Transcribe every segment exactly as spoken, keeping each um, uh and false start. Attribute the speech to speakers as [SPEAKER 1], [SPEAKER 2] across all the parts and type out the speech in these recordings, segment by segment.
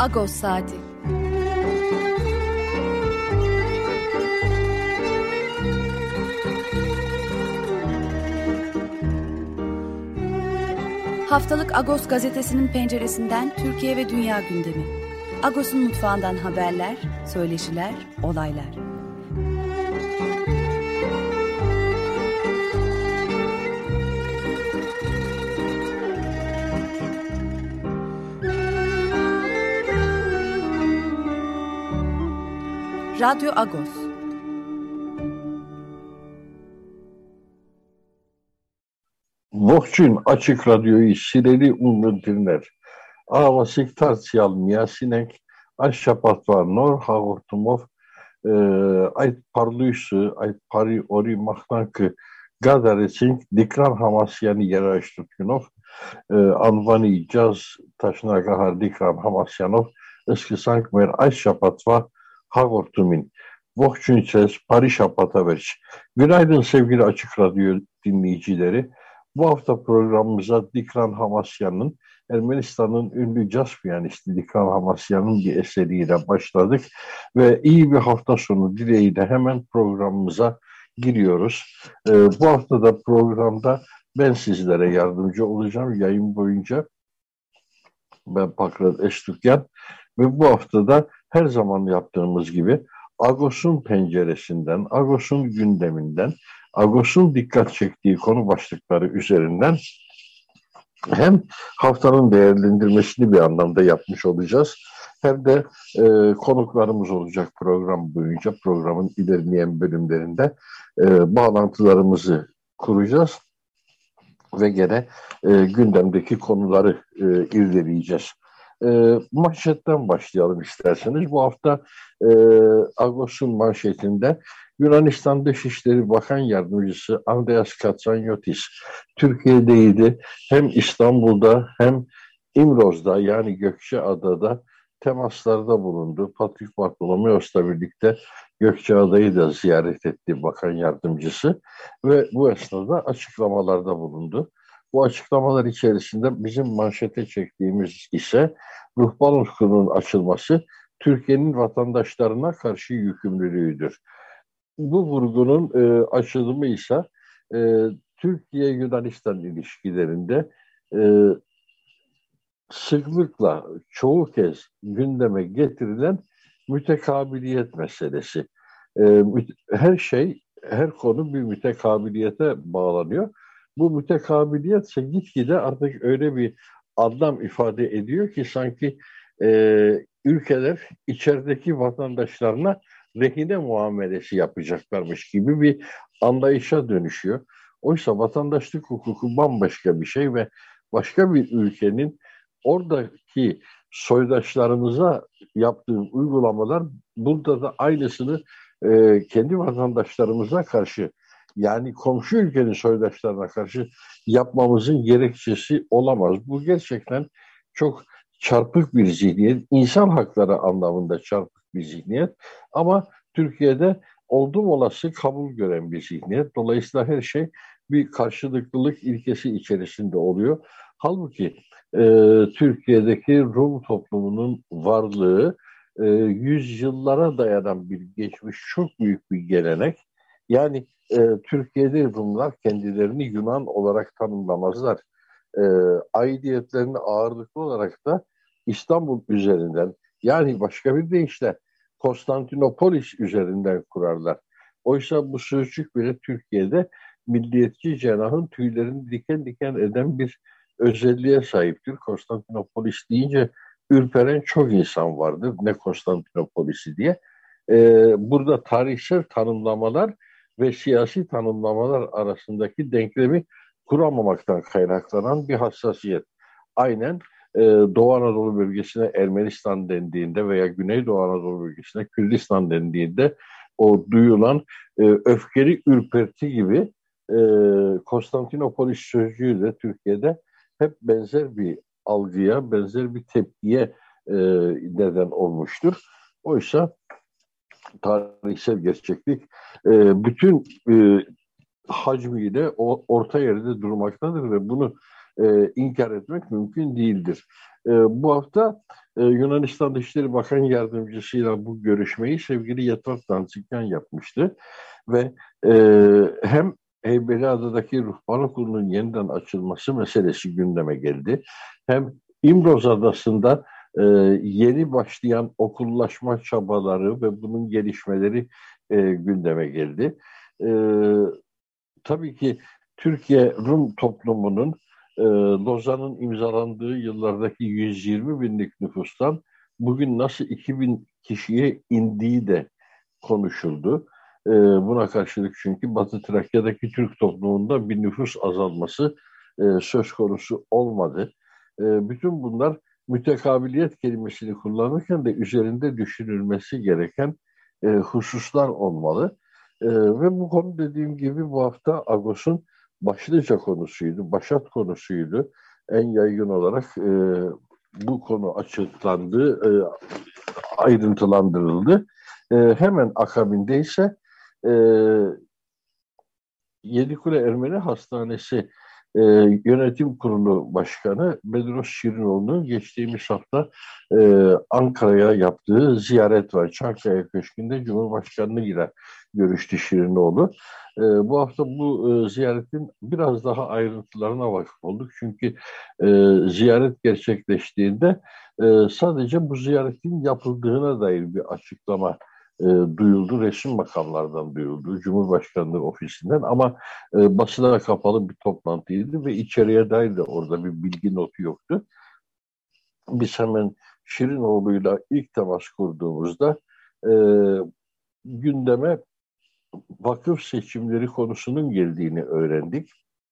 [SPEAKER 1] Agos Saati. Haftalık Agos gazetesinin penceresinden Türkiye ve dünya gündemi. Agos'un mutfağından haberler, söyleşiler, olaylar. Radyo Agos.
[SPEAKER 2] Ողջույն Açık Radyoyu sireli ունգընտիրներ, աղավասիկ դարձյալ միասին ենք այս շաբաթվա նոր հաղորդումով այդ փառլույսը, այդ փարի օրի մաղթանքը գադարեցինք Դիկրան Համասյանի երաժշտությունով, անվանի ջազ դաշնակահար Դիկրան Համասյանով սկսանք մեր այս շաբաթվա hagortumin. Ողջույն siz, Paris şapataverç. Günaydın sevgili Açık Radyo dinleyicileri. Bu hafta programımıza Dikran Hamasyan'ın, Ermenistan'ın ünlü caz piyanisti Dikran Hamasyan'ın bir eseriyle başladık. Ve iyi bir hafta sonu dileğiyle hemen programımıza giriyoruz. Ee, bu hafta da programda ben sizlere yardımcı olacağım yayın boyunca. Ben Pakrat Eştukyan ve bu hafta da her zaman yaptığımız gibi Agos'un penceresinden, Agos'un gündeminden, Agos'un dikkat çektiği konu başlıkları üzerinden hem haftanın değerlendirmesini bir anlamda yapmış olacağız, hem de e, konuklarımız olacak program boyunca, programın ilerleyen bölümlerinde e, bağlantılarımızı kuracağız ve gene e, gündemdeki konuları e, irdeleyeceğiz. E, manşetten başlayalım isterseniz. Bu hafta e, Agos'un manşetinde Yunanistan Dışişleri Bakan Yardımcısı Andreas Katsaniotis Türkiye'deydi. Hem İstanbul'da hem İmroz'da yani Gökçeada'da temaslarda bulundu. Patrik Bartolomeos'la birlikte Gökçeada'yı da ziyaret etti Bakan Yardımcısı ve bu esnada açıklamalarda bulundu. Bu açıklamalar içerisinde bizim manşete çektiğimiz ise ruhban ufkunun açılması Türkiye'nin vatandaşlarına karşı yükümlülüğüdür. Bu vurgunun e, açılımı ise e, Türkiye-Yunanistan ilişkilerinde e, sıklıkla çoğu kez gündeme getirilen mütekabiliyet meselesi. E, her şey, her konu bir mütekabiliyete bağlanıyor. Bu mütekabiliyet ise gitgide artık öyle bir anlam ifade ediyor ki sanki e, ülkeler içerideki vatandaşlarına rehine muamelesi yapacaklarmış gibi bir anlayışa dönüşüyor. Oysa vatandaşlık hukuku bambaşka bir şey ve başka bir ülkenin oradaki soydaşlarımıza yaptığı uygulamalar burada da aynısını e, kendi vatandaşlarımıza karşı, yani komşu ülkenin soydaşlarına karşı yapmamızın gerekçesi olamaz. Bu gerçekten çok çarpık bir zihniyet, insan hakları anlamında çarpık bir zihniyet ama Türkiye'de oldum olası kabul gören bir zihniyet. Dolayısıyla her şey bir karşılıklılık ilkesi içerisinde oluyor. Halbuki e, Türkiye'deki Rum toplumunun varlığı e, yüzyıllara dayanan bir geçmiş, çok büyük bir gelenek. Yani e, Türkiye'de Rumlar kendilerini Yunan olarak tanımlamazlar. E, aidiyetlerini ağırlıklı olarak da İstanbul üzerinden, yani başka bir deyişle Konstantinopolis üzerinden kurarlar. Oysa bu sözcük bile Türkiye'de milliyetçi cenahın tüylerini diken diken eden bir özelliğe sahiptir. Konstantinopolis deyince ürperen çok insan vardır. Ne Konstantinopolis'i diye. Ee, burada tarihsel tanımlamalar ve siyasi tanımlamalar arasındaki denklemi kuramamaktan kaynaklanan bir hassasiyet. Aynen e, Doğu Anadolu bölgesine Ermenistan dendiğinde veya Güneydoğu Anadolu bölgesine Kürdistan dendiğinde o duyulan e, öfkeli ürperti gibi e, Konstantinopolis sözcüğü de Türkiye'de hep benzer bir algıya, benzer bir tepkiye e, neden olmuştur. Oysa tarihsel gerçeklik e, bütün e, hacmiyle o, orta yerde durmaktadır ve bunu e, inkar etmek mümkün değildir. E, bu hafta e, Yunanistan Dışişleri Bakan Yardımcısıyla bu görüşmeyi sevgili Yatov Dansikyan yapmıştı ve e, hem Heybeliada'daki ruhban okulunun yeniden açılması meselesi gündeme geldi. Hem İmroz Adası'nda e, yeni başlayan okullaşma çabaları ve bunun gelişmeleri e, gündeme geldi. E, tabii ki Türkiye Rum toplumunun e, Lozan'ın imzalandığı yıllardaki yüz yirmi binlik nüfustan bugün nasıl iki bin kişiye indiği de konuşuldu. E, buna karşılık çünkü Batı Trakya'daki Türk toplumunda bir nüfus azalması e, söz konusu olmadı. E, bütün bunlar mütekabiliyet kelimesini kullanırken de üzerinde düşünülmesi gereken e, hususlar olmalı. E, ve bu konu dediğim gibi bu hafta Agos'un başlıca konusuydu, başat konusuydu. En yaygın olarak e, bu konu açıklandı, e, ayrıntılandırıldı. E, hemen akabinde ise e, Yedikule Ermeni Hastanesi e, Yönetim Kurulu Başkanı Bedros Şirinoğlu'nun geçtiğimiz hafta e, Ankara'ya yaptığı ziyaret var. Çankaya Köşkü'nde Cumhurbaşkanı ile görüştü Şirinoğlu. E, bu hafta bu e, ziyaretin biraz daha ayrıntılarına vakıf olduk. Çünkü e, ziyaret gerçekleştiğinde e, sadece bu ziyaretin yapıldığına dair bir açıklama e, duyuldu. Resmi makamlardan duyuldu. Cumhurbaşkanlığı ofisinden ama e, basına kapalı bir toplantıydı ve içeriye dair de orada bir bilgi notu yoktu. Biz hemen Şirinoğlu'yla ilk temas kurduğumuzda e, gündeme vakıf seçimleri konusunun geldiğini öğrendik.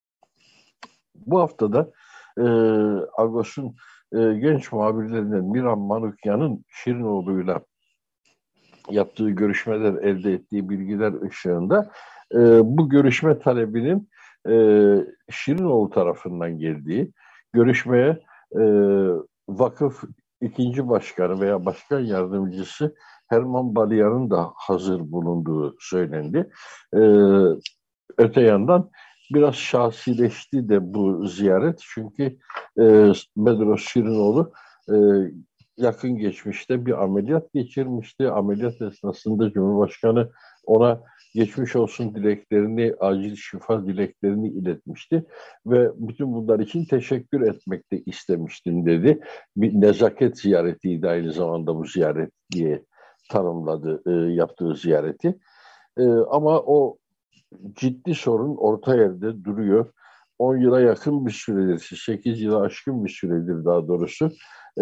[SPEAKER 2] Bu haftada e, Agos'un e, genç muhabirlerinden Miran Manukyan'ın Şirinoğlu'yla yaptığı görüşmeler, elde ettiği bilgiler ışığında e, bu görüşme talebinin e, Şirinoğlu tarafından geldiği, görüşmeye e, vakıf ikinci başkanı veya başkan yardımcısı Herman Balyan'ın da hazır bulunduğu söylendi. E, öte yandan biraz şahsileşti de bu ziyaret. Çünkü e, Bedros Şirinoğlu e, yakın geçmişte bir ameliyat geçirmişti. Ameliyat esnasında Cumhurbaşkanı ona geçmiş olsun dileklerini, acil şifa dileklerini iletmişti. Ve bütün bunlar için teşekkür etmek de istemiştim dedi. Bir nezaket ziyaretiydi aynı zamanda bu ziyaret diye tanımladı e, yaptığı ziyareti. E, ama o ciddi sorun orta yerde duruyor. on yıla yakın bir süredir, sekiz yıla aşkın bir süredir daha doğrusu. E,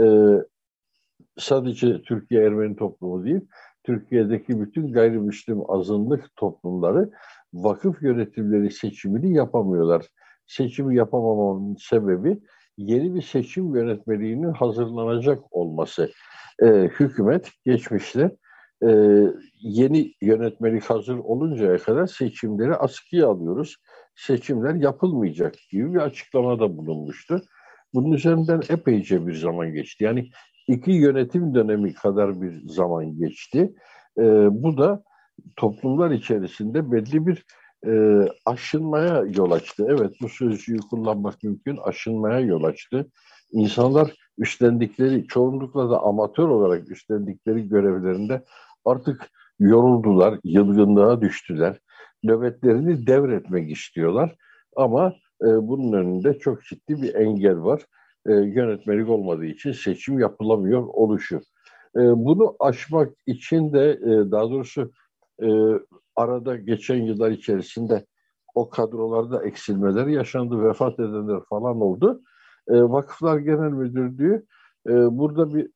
[SPEAKER 2] sadece Türkiye Ermeni toplumu değil, Türkiye'deki bütün gayrimüslim azınlık toplumları vakıf yönetimleri seçimini yapamıyorlar. Seçimi yapamamanın sebebi yeni bir seçim yönetmeliğinin hazırlanacak olması. Ee, hükümet geçmişte e, yeni yönetmelik hazır oluncaya kadar seçimleri askıya alıyoruz. Seçimler yapılmayacak gibi bir açıklamada bulunmuştu. Bunun üzerinden epeyce bir zaman geçti. Yani iki yönetim dönemi kadar bir zaman geçti. E, bu da toplumlar içerisinde belli bir e, aşınmaya yol açtı. Evet, bu sözcüğü kullanmak mümkün. Aşınmaya yol açtı. İnsanlar üstlendikleri, çoğunlukla da amatör olarak üstlendikleri görevlerinde artık yoruldular, yılgınlığa düştüler. Nöbetlerini devretmek istiyorlar. Ama e, bunun önünde çok ciddi bir engel var. E, yönetmelik olmadığı için seçim yapılamıyor oluşu. E, bunu aşmak için de e, daha doğrusu e, arada geçen yıllar içerisinde o kadrolarda eksilmeler yaşandı, vefat edenler falan oldu. E, Vakıflar Genel Müdürlüğü e, burada bir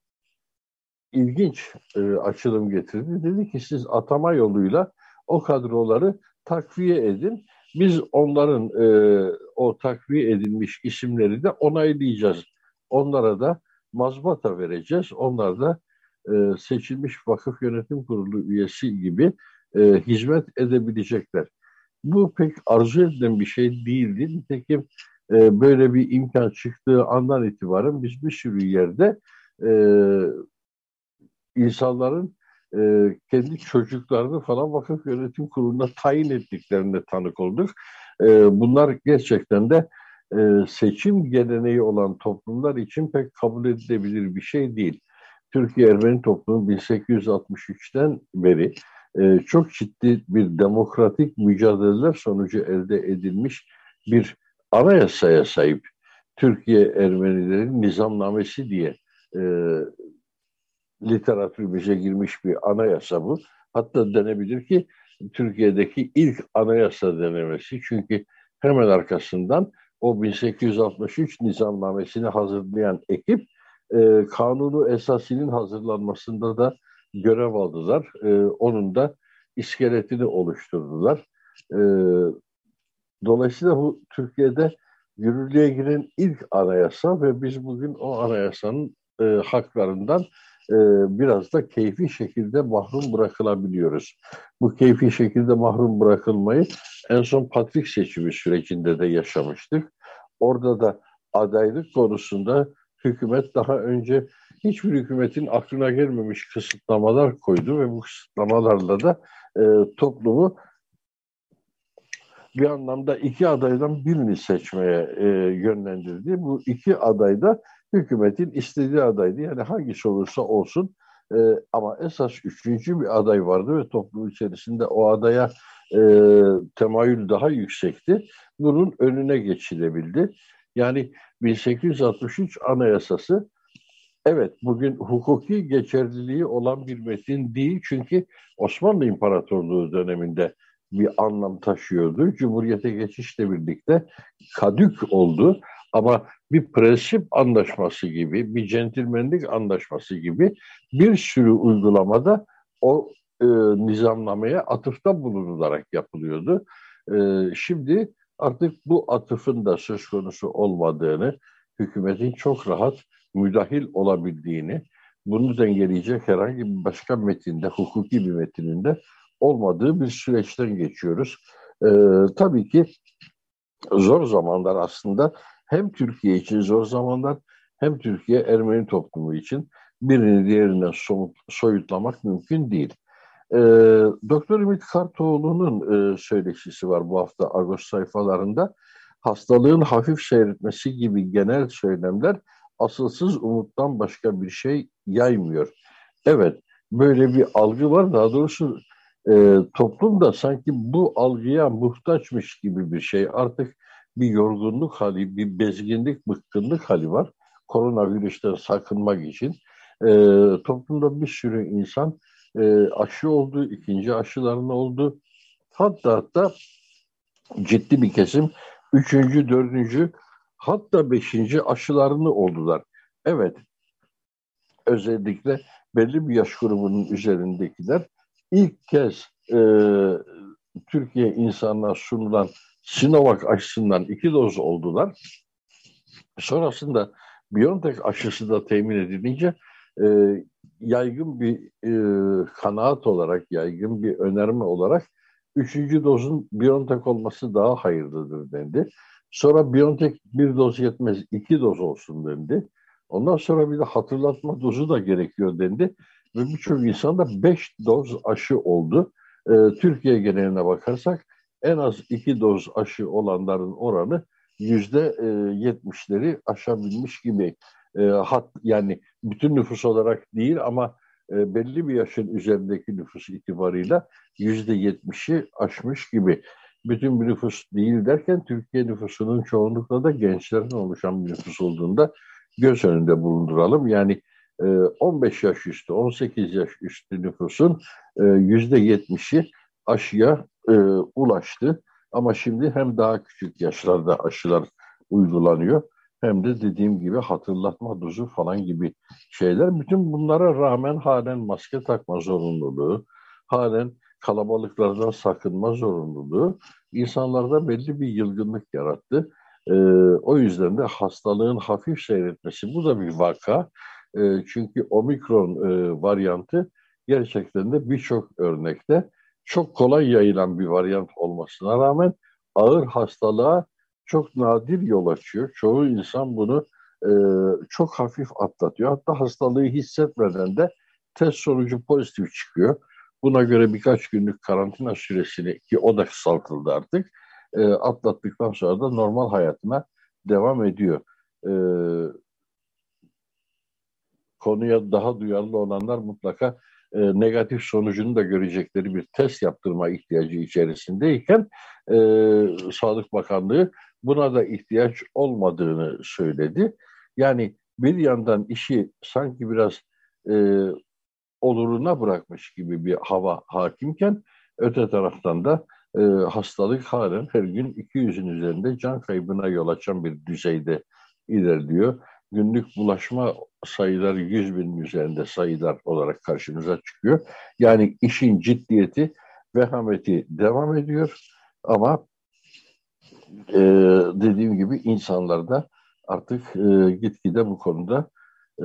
[SPEAKER 2] ilginç e, açılım getirdi. Dedi ki siz atama yoluyla o kadroları takviye edin. Biz onların e, o takviye edilmiş isimleri de onaylayacağız. Onlara da mazbata vereceğiz. Onlar da e, seçilmiş vakıf yönetim kurulu üyesi gibi e, hizmet edebilecekler. Bu pek arzu edilen bir şey değildi. Nitekim e, böyle bir imkan çıktığı andan itibaren biz bir sürü yerde e, insanların e, kendi çocuklarını falan vakıf yönetim kuruluna tayin ettiklerine tanık olduk. E, bunlar gerçekten de e, seçim geleneği olan toplumlar için pek kabul edilebilir bir şey değil. Türkiye Ermeni toplumu bin sekiz yüz altmış üçten beri e, çok ciddi bir demokratik mücadeleler sonucu elde edilmiş bir anayasaya sahip. Türkiye Ermenilerin nizamnamesi diye e, literatürümüze girmiş bir anayasa bu. Hatta denebilir ki Türkiye'deki ilk anayasa denemesi. Çünkü hemen arkasından o bin sekiz yüz altmış üç nizamnamesini hazırlayan ekip e, kanunu esasının hazırlanmasında da görev aldılar. E, onun da iskeletini oluşturdular. E, Dolayısıyla bu Türkiye'de yürürlüğe giren ilk anayasa ve biz bugün o anayasanın e, haklarından e, biraz da keyfi şekilde mahrum bırakılabiliyoruz. Bu keyfi şekilde mahrum bırakılmayı en son patrik seçimi sürecinde de yaşamıştık. Orada da adaylık konusunda hükümet daha önce hiçbir hükümetin aklına gelmemiş kısıtlamalar koydu ve bu kısıtlamalarla da e, toplumu bir anlamda iki adaydan birini seçmeye e, yönlendirdi. Bu iki aday da hükümetin istediği adaydı. Yani hangisi olursa olsun e, ama esas üçüncü bir aday vardı ve toplum içerisinde o adaya e, temayül daha yüksekti. Bunun önüne geçilebildi. Yani bin sekiz yüz altmış üç Anayasası evet bugün hukuki geçerliliği olan bir metin değil. Çünkü Osmanlı İmparatorluğu döneminde bir anlam taşıyordu. Cumhuriyete geçişle birlikte kadük oldu. Ama bir prensip anlaşması gibi, bir centilmenlik anlaşması gibi bir sürü uygulamada o e, nizamnameye atıfta bulunularak yapılıyordu. E, şimdi artık bu atıfın da söz konusu olmadığını, hükümetin çok rahat müdahil olabildiğini, bunu dengeleyecek herhangi bir başka metinde, hukuki bir metininde olmadığı bir süreçten geçiyoruz. Ee, tabii ki zor zamanlar aslında hem Türkiye için zor zamanlar hem Türkiye Ermeni toplumu için birini diğerinden somut, soyutlamak mümkün değil. Ee, Doktor Ümit Kartoğlu'nun e, söyleşisi var bu hafta Agos sayfalarında. Hastalığın hafif seyretmesi gibi genel söylemler asılsız umuttan başka bir şey yaymıyor. Evet, böyle bir algı var. Daha doğrusu e, toplum da sanki bu algıya muhtaçmış gibi bir şey. Artık bir yorgunluk hali, bir bezginlik, bıkkınlık hali var. Koronavirüsten sakınmak için. E, Toplumda bir sürü insan e, aşı oldu, ikinci aşılarını oldu. Hatta hatta ciddi bir kesim üçüncü, dördüncü, hatta beşinci aşılarını oldular. Evet, özellikle belli bir yaş grubunun üzerindekiler ilk kez e, Türkiye insanına sunulan Sinovac aşısından iki doz oldular. Sonrasında BioNTech aşısı da temin edilince e, yaygın bir e, kanaat olarak, yaygın bir önerme olarak üçüncü dozun BioNTech olması daha hayırlıdır dendi. Sonra BioNTech bir doz yetmez, iki doz olsun dendi. Ondan sonra bir de hatırlatma dozu da gerekiyor dendi. Ve birçok insan da beş doz aşı oldu. E, Türkiye geneline bakarsak en az iki doz aşı olanların oranı yüzde yetmişleri aşabilmiş gibi. E, hat yani bütün nüfus olarak değil ama e, belli bir yaşın üzerindeki nüfus itibarıyla yüzde yetmişi aşmış gibi. Bütün bir nüfus değil derken Türkiye nüfusunun çoğunlukla da gençlerin oluşan bir nüfus olduğunda göz önünde bulunduralım. Yani e, on beş yaş üstü, on sekiz yaş üstü nüfusun e, yüzde yetmişi aşıya e, ulaştı. Ama şimdi hem daha küçük yaşlarda aşılar uygulanıyor hem de dediğim gibi hatırlatma dozu falan gibi şeyler. Bütün bunlara rağmen halen maske takma zorunluluğu, halen kalabalıklardan sakınma zorunluluğu insanlarda belli bir yılgınlık yarattı. Ee, O yüzden de hastalığın hafif seyretmesi bu da bir vaka. Ee, çünkü omikron e, varyantı gerçekten de birçok örnekte çok kolay yayılan bir varyant olmasına rağmen ağır hastalığa çok nadir yol açıyor. Çoğu insan bunu e, çok hafif atlatıyor. Hatta hastalığı hissetmeden de test sonucu pozitif çıkıyor. Buna göre birkaç günlük karantina süresini ki o da kısaltıldı artık e, atlattıktan sonra da normal hayatına devam ediyor. E, konuya daha duyarlı olanlar mutlaka e, negatif sonucunu da görecekleri bir test yaptırma ihtiyacı içerisindeyken e, Sağlık Bakanlığı buna da ihtiyaç olmadığını söyledi. Yani bir yandan işi sanki biraz e, oluruna bırakmış gibi bir hava hakimken öte taraftan da e, hastalık halen her gün iki yüzün üzerinde can kaybına yol açan bir düzeyde ilerliyor. Günlük bulaşma sayıları yüz binin üzerinde sayılar olarak karşımıza çıkıyor. Yani işin ciddiyeti, vehameti devam ediyor ama e, dediğim gibi insanlar da artık e, gitgide bu konuda e,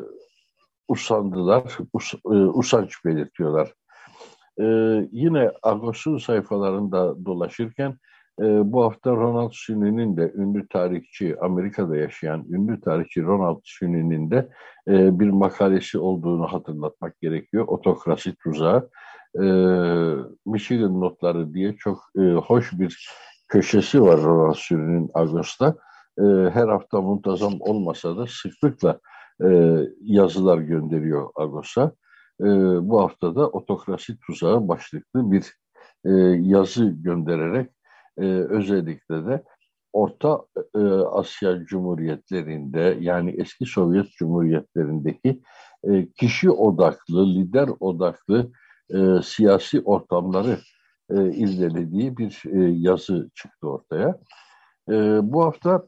[SPEAKER 2] usandılar, us, e, usanç belirtiyorlar. E, yine Agos'un sayfalarında dolaşırken e, bu hafta Ronald Sünnü'nün de ünlü tarihçi, Amerika'da yaşayan ünlü tarihçi Ronald Sünnü'nün de e, bir makalesi olduğunu hatırlatmak gerekiyor. Otokrasi Tuzağı. E, Michigan Notları diye çok e, hoş bir köşesi var Ronald Sünnü'nün Agos'ta. E, her hafta muntazam olmasa da sıklıkla e, yazılar gönderiyor Agos'a. E, bu haftada Otokrasi Tuzağı başlıklı bir e, yazı göndererek e, özellikle de Orta e, Asya Cumhuriyetlerinde yani eski Sovyet Cumhuriyetlerindeki e, kişi odaklı, lider odaklı e, siyasi ortamları e, irdelediği bir e, yazı çıktı ortaya. E, bu hafta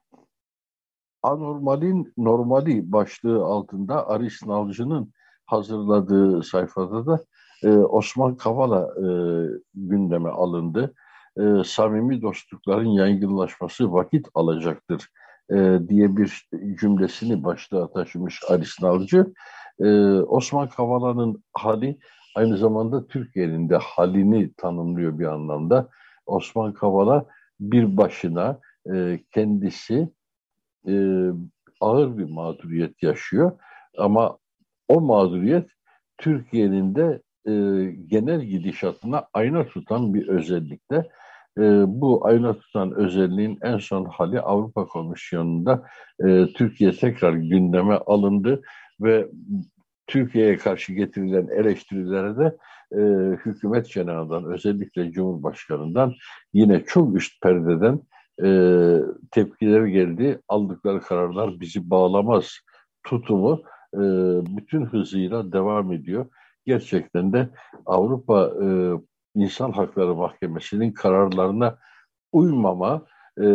[SPEAKER 2] Anormalin normali başlığı altında Aris Nalcı'nın hazırladığı sayfada da e, Osman Kavala e, gündeme alındı. E, samimi dostlukların yaygınlaşması vakit alacaktır e, diye bir cümlesini başlığa taşımış Aris Nalcı. E, Osman Kavala'nın hali aynı zamanda Türkiye'nin de halini tanımlıyor bir anlamda. Osman Kavala bir başına e, kendisi e, ağır bir mağduriyet yaşıyor. Ama o mağduriyet Türkiye'nin de e, genel gidişatına ayna tutan bir özellikle. E, bu ayna tutan özelliğin en son hali Avrupa Komisyonu'nda e, Türkiye tekrar gündeme alındı ve Türkiye'ye karşı getirilen eleştirilere de e, hükümet cenahından özellikle Cumhurbaşkanı'ndan yine çok üst perdeden e, tepkiler geldi. Aldıkları kararlar bizi bağlamaz tutumu e, bütün hızıyla devam ediyor. Gerçekten de Avrupa e, İnsan Hakları Mahkemesi'nin kararlarına uymama e,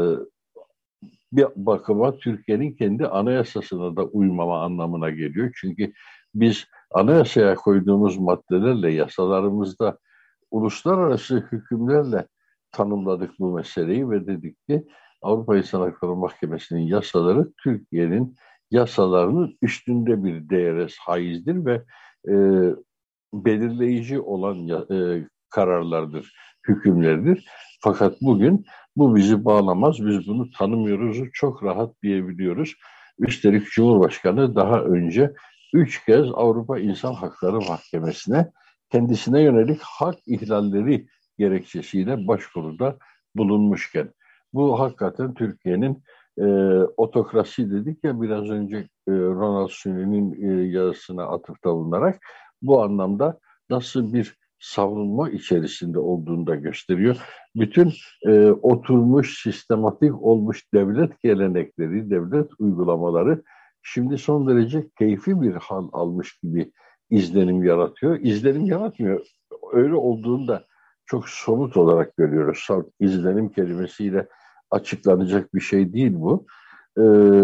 [SPEAKER 2] bir bakıma Türkiye'nin kendi anayasasına da uymama anlamına geliyor. Çünkü biz anayasaya koyduğumuz maddelerle, yasalarımızda uluslararası hükümlerle tanımladık bu meseleyi ve dedik ki Avrupa İnsan Hakları Mahkemesi'nin yasaları Türkiye'nin yasalarının üstünde bir değere haizdir ve e, belirleyici olan ya, e, kararlardır, hükümlerdir. Fakat bugün bu bizi bağlamaz, biz bunu tanımıyoruz, çok rahat diyebiliyoruz. Üstelik Cumhurbaşkanı daha önce üç kez Avrupa İnsan Hakları Mahkemesi'ne kendisine yönelik hak ihlalleri gerekçesiyle başvuruda bulunmuşken. Bu hakikaten Türkiye'nin e, otokrasi dedik ya biraz önce e, Ronald Sünnü'nün e, yazısına atıfta bulunarak bu anlamda nasıl bir savrulma içerisinde olduğunu da gösteriyor. Bütün e, oturmuş, sistematik olmuş devlet gelenekleri, devlet uygulamaları şimdi son derece keyfi bir hal almış gibi izlenim yaratıyor. İzlenim yaratmıyor. Öyle olduğunu da çok somut olarak görüyoruz. İzlenim kelimesiyle açıklanacak bir şey değil bu. Ee,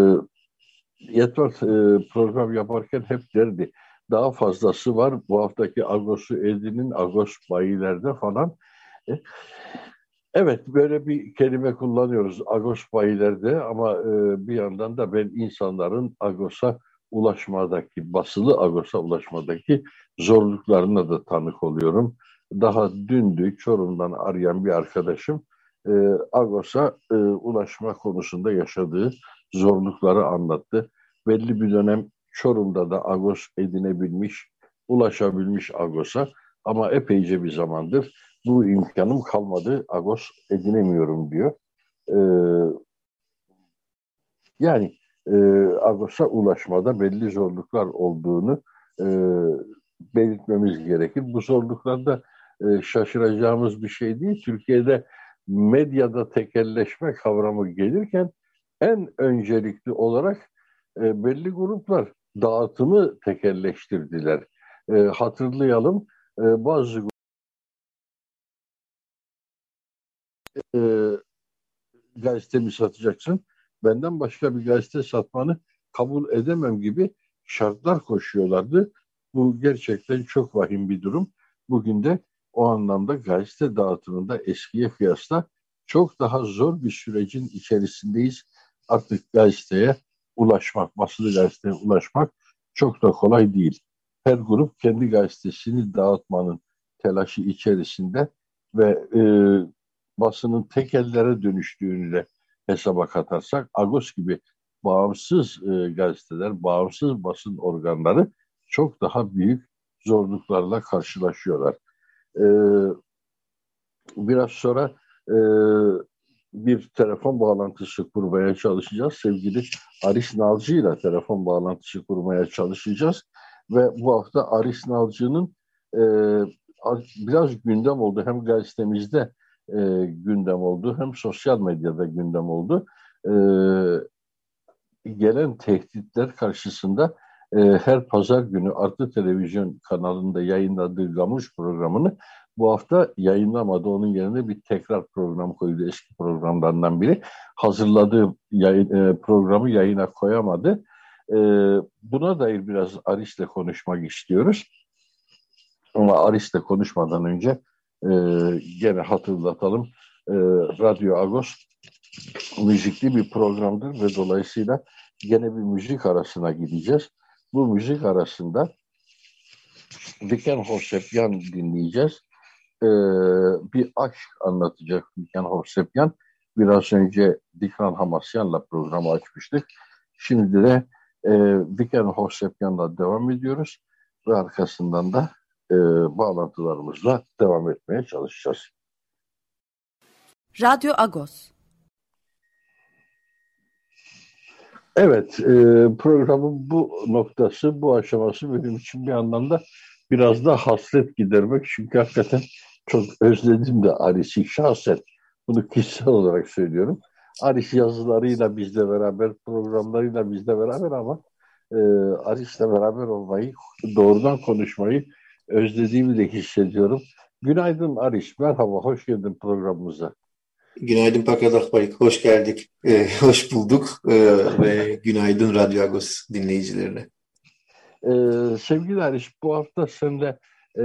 [SPEAKER 2] Yetvar e, program yaparken hep derdi. Daha fazlası var. Bu haftaki Agos'u Edin'in Agos bayilerde falan. E, evet böyle bir kelime kullanıyoruz Agos bayilerde ama e, bir yandan da ben insanların Agos'a ulaşmadaki, basılı Agos'a ulaşmadaki zorluklarına da tanık oluyorum. Daha dündü Çorum'dan arayan bir arkadaşım e, Agos'a e, ulaşma konusunda yaşadığı zorlukları anlattı. Belli bir dönem Çorum'da da Agos edinebilmiş, ulaşabilmiş Agos'a ama epeyce bir zamandır bu imkanım kalmadı, Agos edinemiyorum diyor. Ee, Yani e, Agos'a ulaşmada belli zorluklar olduğunu e, belirtmemiz gerekir. Bu zorluklar da e, şaşıracağımız bir şey değil. Türkiye'de medyada tekelleşme kavramı gelirken en öncelikli olarak e, belli gruplar dağıtımı tekelleştirdiler. E, hatırlayalım, e, bazı e, gazetemi satacaksın, benden başka bir gazete satmanı kabul edemem gibi şartlar koşuyorlardı. Bu gerçekten çok vahim bir durum. Bugün de o anlamda gazete dağıtımında eskiye kıyasla çok daha zor bir sürecin içerisindeyiz. Artık gazeteye ulaşmak, basılı gazeteye ulaşmak çok da kolay değil. Her grup kendi gazetesini dağıtmanın telaşı içerisinde ve e, basının tekellere dönüştüğünü de hesaba katarsak Agos gibi bağımsız e, gazeteler, bağımsız basın organları çok daha büyük zorluklarla karşılaşıyorlar. E, biraz sonra e, bir telefon bağlantısı kurmaya çalışacağız. Sevgili Aris Nalcı ile telefon bağlantısı kurmaya çalışacağız. Ve bu hafta Aris Nalcı'nın e, biraz gündem oldu. Hem gazetemizde e, gündem oldu, hem sosyal medyada gündem oldu. E, gelen tehditler karşısında e, her pazar günü Artı Televizyon kanalında yayınladığı Gamuş programını bu hafta yayınlamadı. Onun yerine bir tekrar program koydu, eski programlardan biri. Hazırladığı yayın, e, programı yayına koyamadı. E, buna dair biraz Aris'le konuşmak istiyoruz. Ama Aris'le konuşmadan önce e, gene hatırlatalım. E, Radyo Agos müzikli bir programdır ve dolayısıyla gene bir müzik arasına gideceğiz. Bu müzik arasında Viken Hovsepyan dinleyeceğiz. Ee, bir aşk anlatacak Viken Hovsepyan. Biraz önce Dikran Hamasyan'la programı açmıştık. Şimdi de e, Viken Hovsepyan'la devam ediyoruz ve arkasından da e, bağlantılarımızla devam etmeye çalışacağız.
[SPEAKER 1] Radyo Agos.
[SPEAKER 2] Evet, e, programın bu noktası, bu aşaması benim için bir anlamda biraz da hasret gidermek. Çünkü hakikaten çok özledim de Aris'i şahsen. Bunu kişisel olarak söylüyorum. Aris yazılarıyla bizle beraber, programlarıyla bizle beraber ama e, Aris'le beraber olmayı, doğrudan konuşmayı özlediğimi de hissediyorum. Günaydın Aris, merhaba, hoş geldin programımıza.
[SPEAKER 3] Günaydın Pakyadak Bayık, hoş geldik, ee, hoş bulduk ee, ve günaydın Radyo Agos dinleyicilerine.
[SPEAKER 2] Ee, sevgili Ariş, bu hafta seninle e,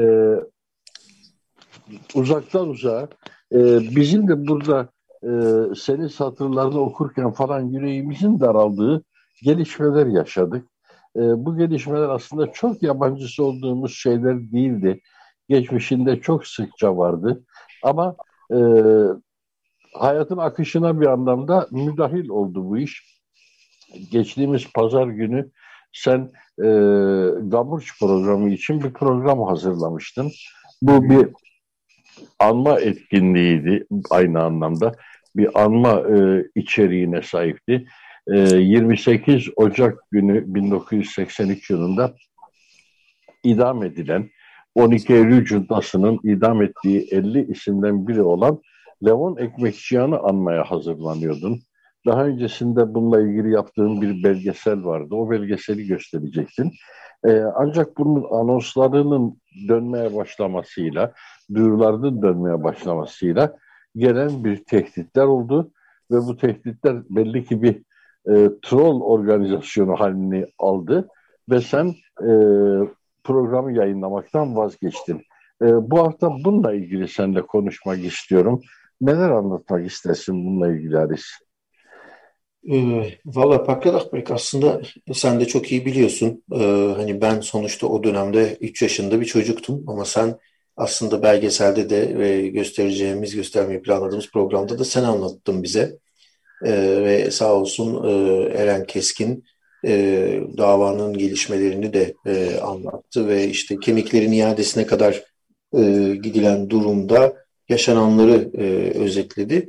[SPEAKER 2] uzaktan uzağa e, bizim de burada e, senin satırlarını okurken falan yüreğimizin daraldığı gelişmeler yaşadık. E, bu gelişmeler aslında çok yabancısı olduğumuz şeyler değildi. Geçmişinde çok sıkça vardı. Ama e, hayatın akışına bir anlamda müdahil oldu bu iş. Geçtiğimiz pazar günü sen e, Gamurç programı için bir program hazırlamıştın. Bu bir anma etkinliğiydi aynı anlamda. Bir anma e, içeriğine sahipti. E, yirmi sekiz Ocak günü bin dokuz yüz seksen üç yılında idam edilen, on iki Eylül Cuntası'nın idam ettiği elli isimden biri olan Levon Ekmekçiyan'ı anmaya hazırlanıyordun. Daha öncesinde bununla ilgili yaptığın bir belgesel vardı. O belgeseli gösterecektin. Ee, ancak bunun anonslarının dönmeye başlamasıyla, duyurularının dönmeye başlamasıyla gelen bir tehditler oldu. Ve bu tehditler belli ki bir e, troll organizasyonu halini aldı. Ve sen e, programı yayınlamaktan vazgeçtin. E, bu hafta bununla ilgili seninle konuşmak istiyorum. Neler anlatmak istersin bununla ilgili Aris?
[SPEAKER 3] Ee, Valla Pakyadak Bayık, aslında sen de çok iyi biliyorsun. Ee, hani ben sonuçta o dönemde üç yaşında bir çocuktum ama sen aslında belgeselde de ve göstereceğimiz, göstermeyi planladığımız programda da sen anlattın bize. Ee, ve sağ olsun e, Eren Keskin e, davanın gelişmelerini de e, anlattı ve işte kemiklerin iadesine kadar e, gidilen durumda yaşananları e, özetledi.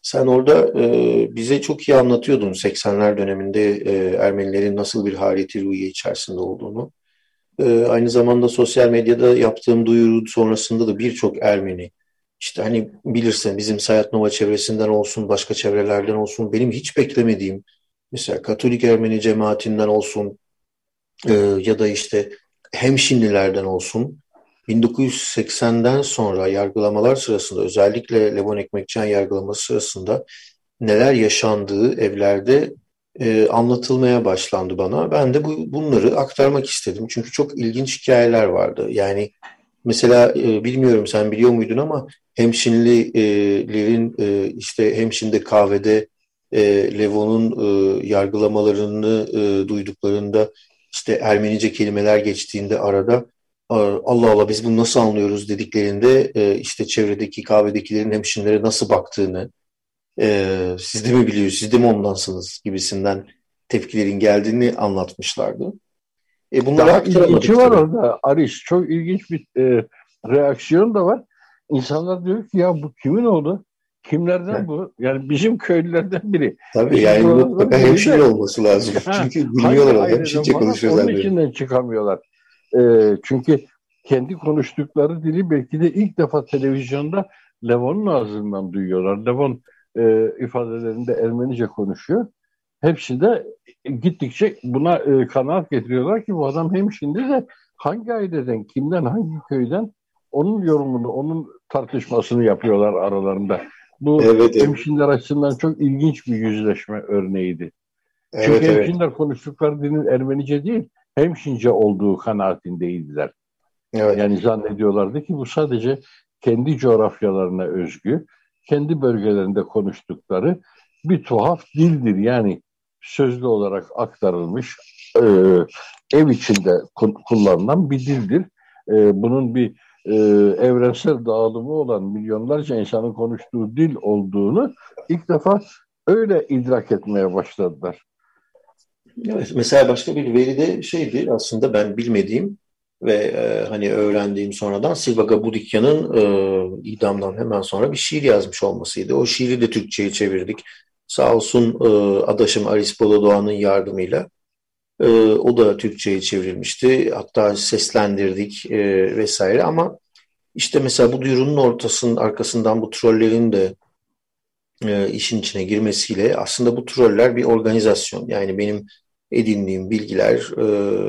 [SPEAKER 3] Sen orada e, bize çok iyi anlatıyordun seksenler döneminde e, Ermenilerin nasıl bir haleti ruhiye içerisinde olduğunu. E, aynı zamanda sosyal medyada yaptığım duyuru sonrasında da birçok Ermeni, işte hani bilirsin bizim Sayat Nova çevresinden olsun, başka çevrelerden olsun, benim hiç beklemediğim, mesela Katolik Ermeni cemaatinden olsun e, ya da işte Hemşinlilerden olsun, bin dokuz yüz seksenden sonra yargılamalar sırasında, özellikle Levon Ekmekcan yargılaması sırasında neler yaşandığı evlerde e, anlatılmaya başlandı bana. Ben de bu, bunları aktarmak istedim. Çünkü çok ilginç hikayeler vardı. Yani mesela e, bilmiyorum sen biliyor muydun ama hemşinlilerin e, işte Hemşin'de kahvede e, Levon'un e, yargılamalarını e, duyduklarında, işte Ermenice kelimeler geçtiğinde arada, Allah Allah biz bunu nasıl anlıyoruz dediklerinde, e, işte çevredeki kahvedekilerin Hemşinlere nasıl baktığını, e, siz de mi biliyorsunuz, siz de mi ondansınız gibisinden tepkilerin geldiğini anlatmışlardı. E, bunları
[SPEAKER 2] Daha ilginci
[SPEAKER 3] aktaramadık
[SPEAKER 2] var
[SPEAKER 3] tabii.
[SPEAKER 2] orada Aris. Çok ilginç bir e, reaksiyon da var. İnsanlar diyor ki ya bu kimin oğlu? Kimlerden bu? Yani bizim köylülerden biri.
[SPEAKER 3] Tabii
[SPEAKER 2] Bizim
[SPEAKER 3] yani
[SPEAKER 2] buralardan
[SPEAKER 3] mutlaka
[SPEAKER 2] biri
[SPEAKER 3] hemşire
[SPEAKER 2] de
[SPEAKER 3] olması lazım.
[SPEAKER 2] ha,
[SPEAKER 3] Çünkü
[SPEAKER 2] hangi
[SPEAKER 3] bilmiyorlar o
[SPEAKER 2] aileden
[SPEAKER 3] hemşince
[SPEAKER 2] falan
[SPEAKER 3] konuşuyor
[SPEAKER 2] onun
[SPEAKER 3] zannediyor.
[SPEAKER 2] içinden çıkamıyorlar. E, çünkü kendi konuştukları dili belki de ilk defa televizyonda Levon'un ağzından duyuyorlar. Levon e, ifadelerinde Ermenice konuşuyor. Hepsi de gittikçe buna e, kanaat getiriyorlar ki bu adam hem şimdi de hangi aileden, kimden, hangi köyden onun yorumunu, onun tartışmasını yapıyorlar aralarında. Bu
[SPEAKER 3] Evet, evet,
[SPEAKER 2] hemşinler açısından çok ilginç bir yüzleşme örneğiydi. Çünkü
[SPEAKER 3] evet, evet,
[SPEAKER 2] hemşinler konuştukları dilin Ermenice değil, hemşince olduğu kanaatindeydiler.
[SPEAKER 3] evet.
[SPEAKER 2] Yani zannediyorlardı ki bu sadece kendi coğrafyalarına özgü, kendi bölgelerinde konuştukları bir tuhaf dildir. Yani sözlü olarak aktarılmış, e, ev içinde kullanılan bir dildir. E, bunun bir e, evrensel dağılımı olan milyonlarca insanın konuştuğu dil olduğunu ilk defa öyle idrak etmeye başladılar.
[SPEAKER 3] Evet, mesela başka bir veri de şeydi, aslında ben bilmediğim ve e, hani öğrendiğim sonradan, Silvaga Budikyan'ın e, idamdan hemen sonra bir şiir yazmış olmasıydı. O şiiri de Türkçe'ye çevirdik. Sağ olsun e, adaşım Aris Bolo Doğan'ın yardımıyla. E, o da Türkçe'ye çevrilmişti. Hatta seslendirdik e, vesaire, ama işte mesela bu duyurunun ortasının arkasından bu trollerin de e, işin içine girmesiyle, aslında bu troller bir organizasyon. Yani benim edindiğim bilgiler, e,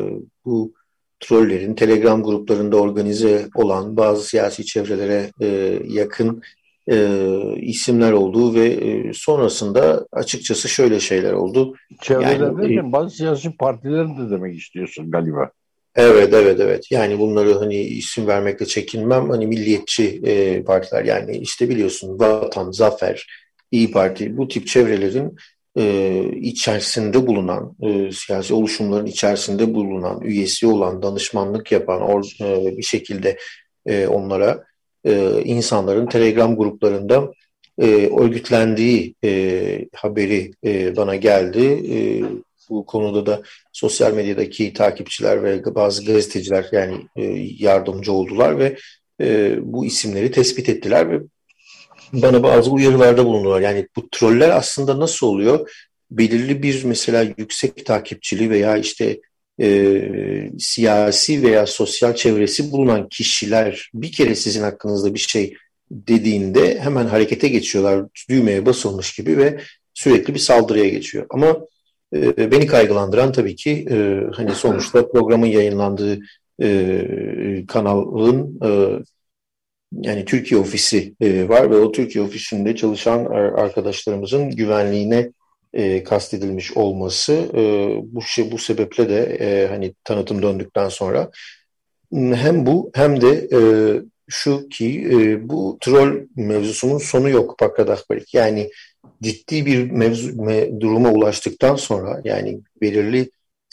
[SPEAKER 3] bu trollerin Telegram gruplarında organize olan bazı siyasi çevrelere e, yakın e, isimler olduğu ve e, sonrasında açıkçası şöyle şeyler oldu.
[SPEAKER 2] Çevreler
[SPEAKER 3] Yani e,
[SPEAKER 2] derken bazı siyasi partiler de demek istiyorsun galiba.
[SPEAKER 3] evet, evet, evet. Yani bunları hani isim vermekle çekinmem. Hani milliyetçi e, partiler, yani işte biliyorsun Vatan, Zafer, İyi Parti, bu tip çevrelerin e, içerisinde bulunan, e, siyasi oluşumların içerisinde bulunan, üyesi olan, danışmanlık yapan, or, e, bir şekilde e, onlara e, insanların Telegram gruplarında e, örgütlendiği e, haberi e, bana geldi. E, bu konuda da sosyal medyadaki takipçiler ve bazı gazeteciler yani e, yardımcı oldular ve e, bu isimleri tespit ettiler ve bana bazı uyarılarda bulundular. Yani bu troller aslında nasıl oluyor? Belirli bir, mesela yüksek takipçili veya işte e, siyasi veya sosyal çevresi bulunan kişiler bir kere sizin hakkınızda bir şey dediğinde hemen harekete geçiyorlar. Düğmeye basılmış gibi ve sürekli bir saldırıya geçiyor. Ama e, beni kaygılandıran tabii ki e, hani sonuçta programın yayınlandığı e, kanalın e, yani Türkiye ofisi e, var ve o Türkiye ofisinde çalışan arkadaşlarımızın güvenliğine e, kastedilmiş olması, e, bu şey bu sebeple de e, hani tanıtım döndükten sonra hem bu hem de e, şu ki e, bu troll mevzusunun sonu yok Pakadakbarik. Yani ciddi bir mevzu me, duruma ulaştıktan sonra, yani belirli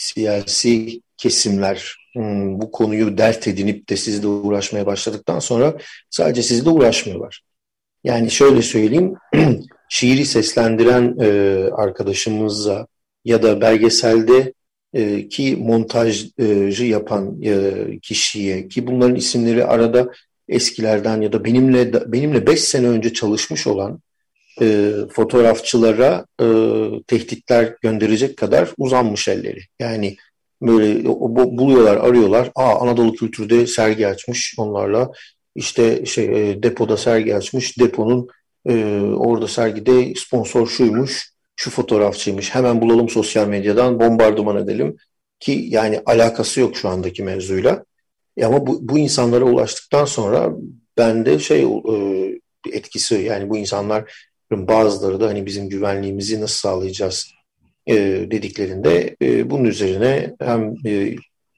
[SPEAKER 3] siyasi kesimler hmm, bu konuyu dert edinip de sizle uğraşmaya başladıktan sonra sadece sizle uğraşmıyorlar. Yani şöyle söyleyeyim, şiiri seslendiren e, arkadaşımıza ya da belgeselde e, ki montajı yapan e, kişiye, ki bunların isimleri arada eskilerden ya da benimle benimle beş sene önce çalışmış olan e, fotoğrafçılara e, tehditler gönderecek kadar uzanmış elleri. Yani böyle o, bu- buluyorlar, arıyorlar. Aa, Anadolu Kültür'de sergi açmış onlarla. İşte şey e, depoda sergi açmış. Deponun e, orada sergide sponsor şuymuş, şu fotoğrafçıymış. Hemen bulalım sosyal medyadan, bombardıman edelim ki yani alakası yok şu andaki mevzuyla. E ama bu, bu insanlara ulaştıktan sonra bende şey e, etkisi, yani bu insanların bazıları da hani bizim güvenliğimizi nasıl sağlayacağız e, dediklerinde e, bunun üzerine hem e,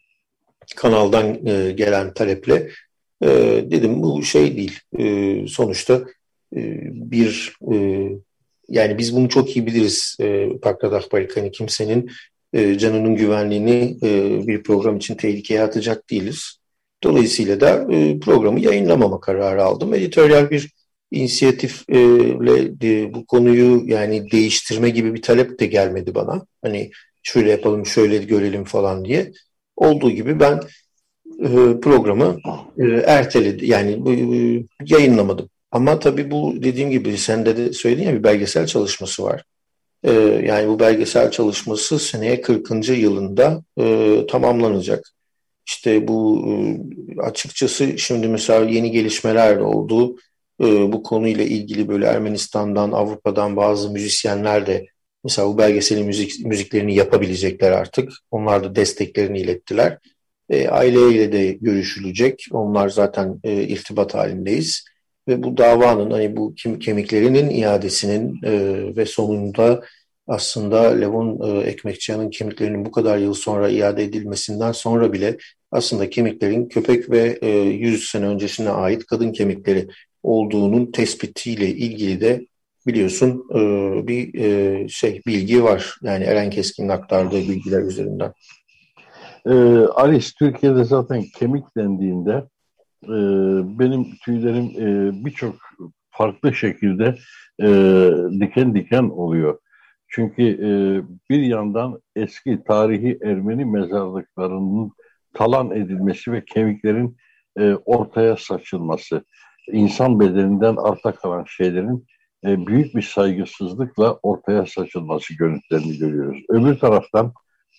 [SPEAKER 3] kanaldan e, gelen taleple e, dedim bu şey değil. E, sonuçta e, bir e, yani biz bunu çok iyi biliriz. E, Pankrat Akbarik, hani kimsenin e, canının güvenliğini e, bir program için tehlikeye atacak değiliz. Dolayısıyla da e, programı yayınlamama kararı aldım. Editoryal bir inisiyatifle e, bu konuyu yani değiştirme gibi bir talep de gelmedi bana. Hani şöyle yapalım, şöyle görelim falan diye. Olduğu gibi ben e, programı e, erteledi. Yani e, yayınlamadım. Ama tabii bu dediğim gibi sen de, de söyledin ya, bir belgesel çalışması var. E, yani bu belgesel çalışması seneye kırkıncı yılında e, tamamlanacak. İşte bu e, açıkçası şimdi mesela yeni gelişmeler de oldu. E, bu konuyla ilgili böyle Ermenistan'dan, Avrupa'dan bazı müzisyenler de mesela bu belgeselin müzik, müziklerini yapabilecekler artık. Onlar da desteklerini ilettiler. E, aileyle de görüşülecek. Onlar zaten e, irtibat halindeyiz. Ve bu davanın hani bu kim, kemiklerinin iadesinin e, ve sonunda aslında Levon e, Ekmekçiyan'ın kemiklerinin bu kadar yıl sonra iade edilmesinden sonra bile aslında kemiklerin köpek ve e, yüz sene öncesine ait kadın kemikleri olduğunun tespitiyle ilgili de biliyorsun e, bir e, şey bilgi var. Yani Eren Keskin'in aktardığı bilgiler üzerinden.
[SPEAKER 2] Ee, Alice, Türkiye'de zaten kemik dendiğinde e, benim tüylerim e, birçok farklı şekilde e, diken diken oluyor. Çünkü e, bir yandan eski tarihi Ermeni mezarlıklarının talan edilmesi ve kemiklerin e, ortaya saçılması, insan bedeninden arta kalan şeylerin e, büyük bir saygısızlıkla ortaya saçılması görüntülerini görüyoruz. Öbür taraftan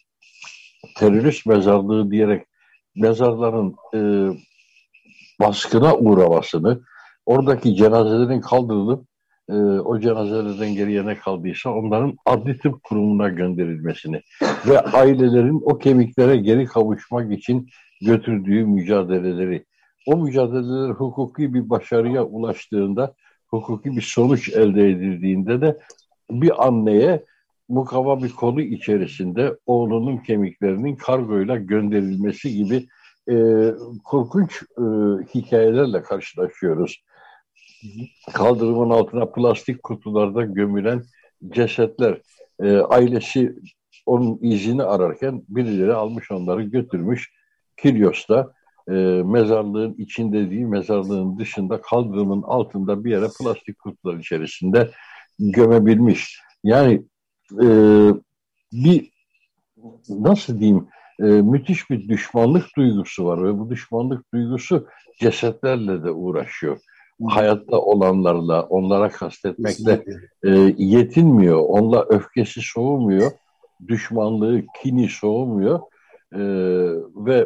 [SPEAKER 2] terörist mezarlığı diyerek mezarların e, baskına uğramasını, oradaki cenazelerin kaldırılıp e, o cenazelerden geriye ne kaldıysa onların adli tıp kurumuna gönderilmesini ve ailelerin o kemiklere geri kavuşmak için götürdüğü mücadeleleri, o mücadeleler hukuki bir başarıya ulaştığında, hukuki bir sonuç elde edildiğinde de bir anneye mukavva bir konu içerisinde oğlunun kemiklerinin kargoyla gönderilmesi gibi e, korkunç e, hikayelerle karşılaşıyoruz. Kaldırımın altına plastik kutularda gömülen cesetler, e, ailesi onun izini ararken birileri almış onları götürmüş Kilyos'ta e, mezarlığın içinde değil, mezarlığın dışında kaldırımın altında bir yere plastik kutular içerisinde gömebilmiş. Yani e, bir nasıl diyeyim e, müthiş bir düşmanlık duygusu var ve bu düşmanlık duygusu cesetlerle de uğraşıyor. Hayatta olanlarla, onlara kastetmekle e, yetinmiyor. Onunla öfkesi soğumuyor. Düşmanlığı, kini soğumuyor. E, ve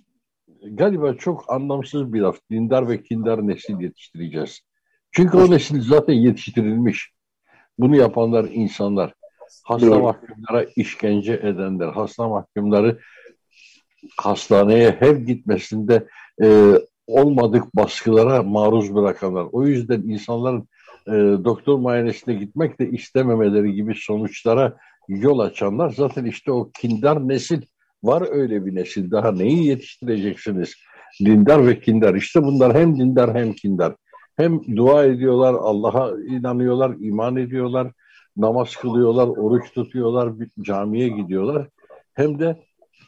[SPEAKER 2] galiba çok anlamsız bir laf. Dindar ve kindar nesil yetiştireceğiz. Çünkü o nesil zaten yetiştirilmiş. Bunu yapanlar insanlar. Hasta
[SPEAKER 3] Doğru.
[SPEAKER 2] mahkumlara işkence edenler, hasta mahkumları hastaneye her gitmesinde e, olmadık baskılara maruz bırakanlar. O yüzden insanların e, doktor muayenesine gitmek de istememeleri gibi sonuçlara yol açanlar zaten işte o kindar nesil. Var öyle bir nesil. Daha neyi yetiştireceksiniz? Dindar ve kindar. İşte bunlar hem dindar hem kindar. Hem dua ediyorlar, Allah'a inanıyorlar, iman ediyorlar, namaz kılıyorlar, oruç tutuyorlar, camiye gidiyorlar. Hem de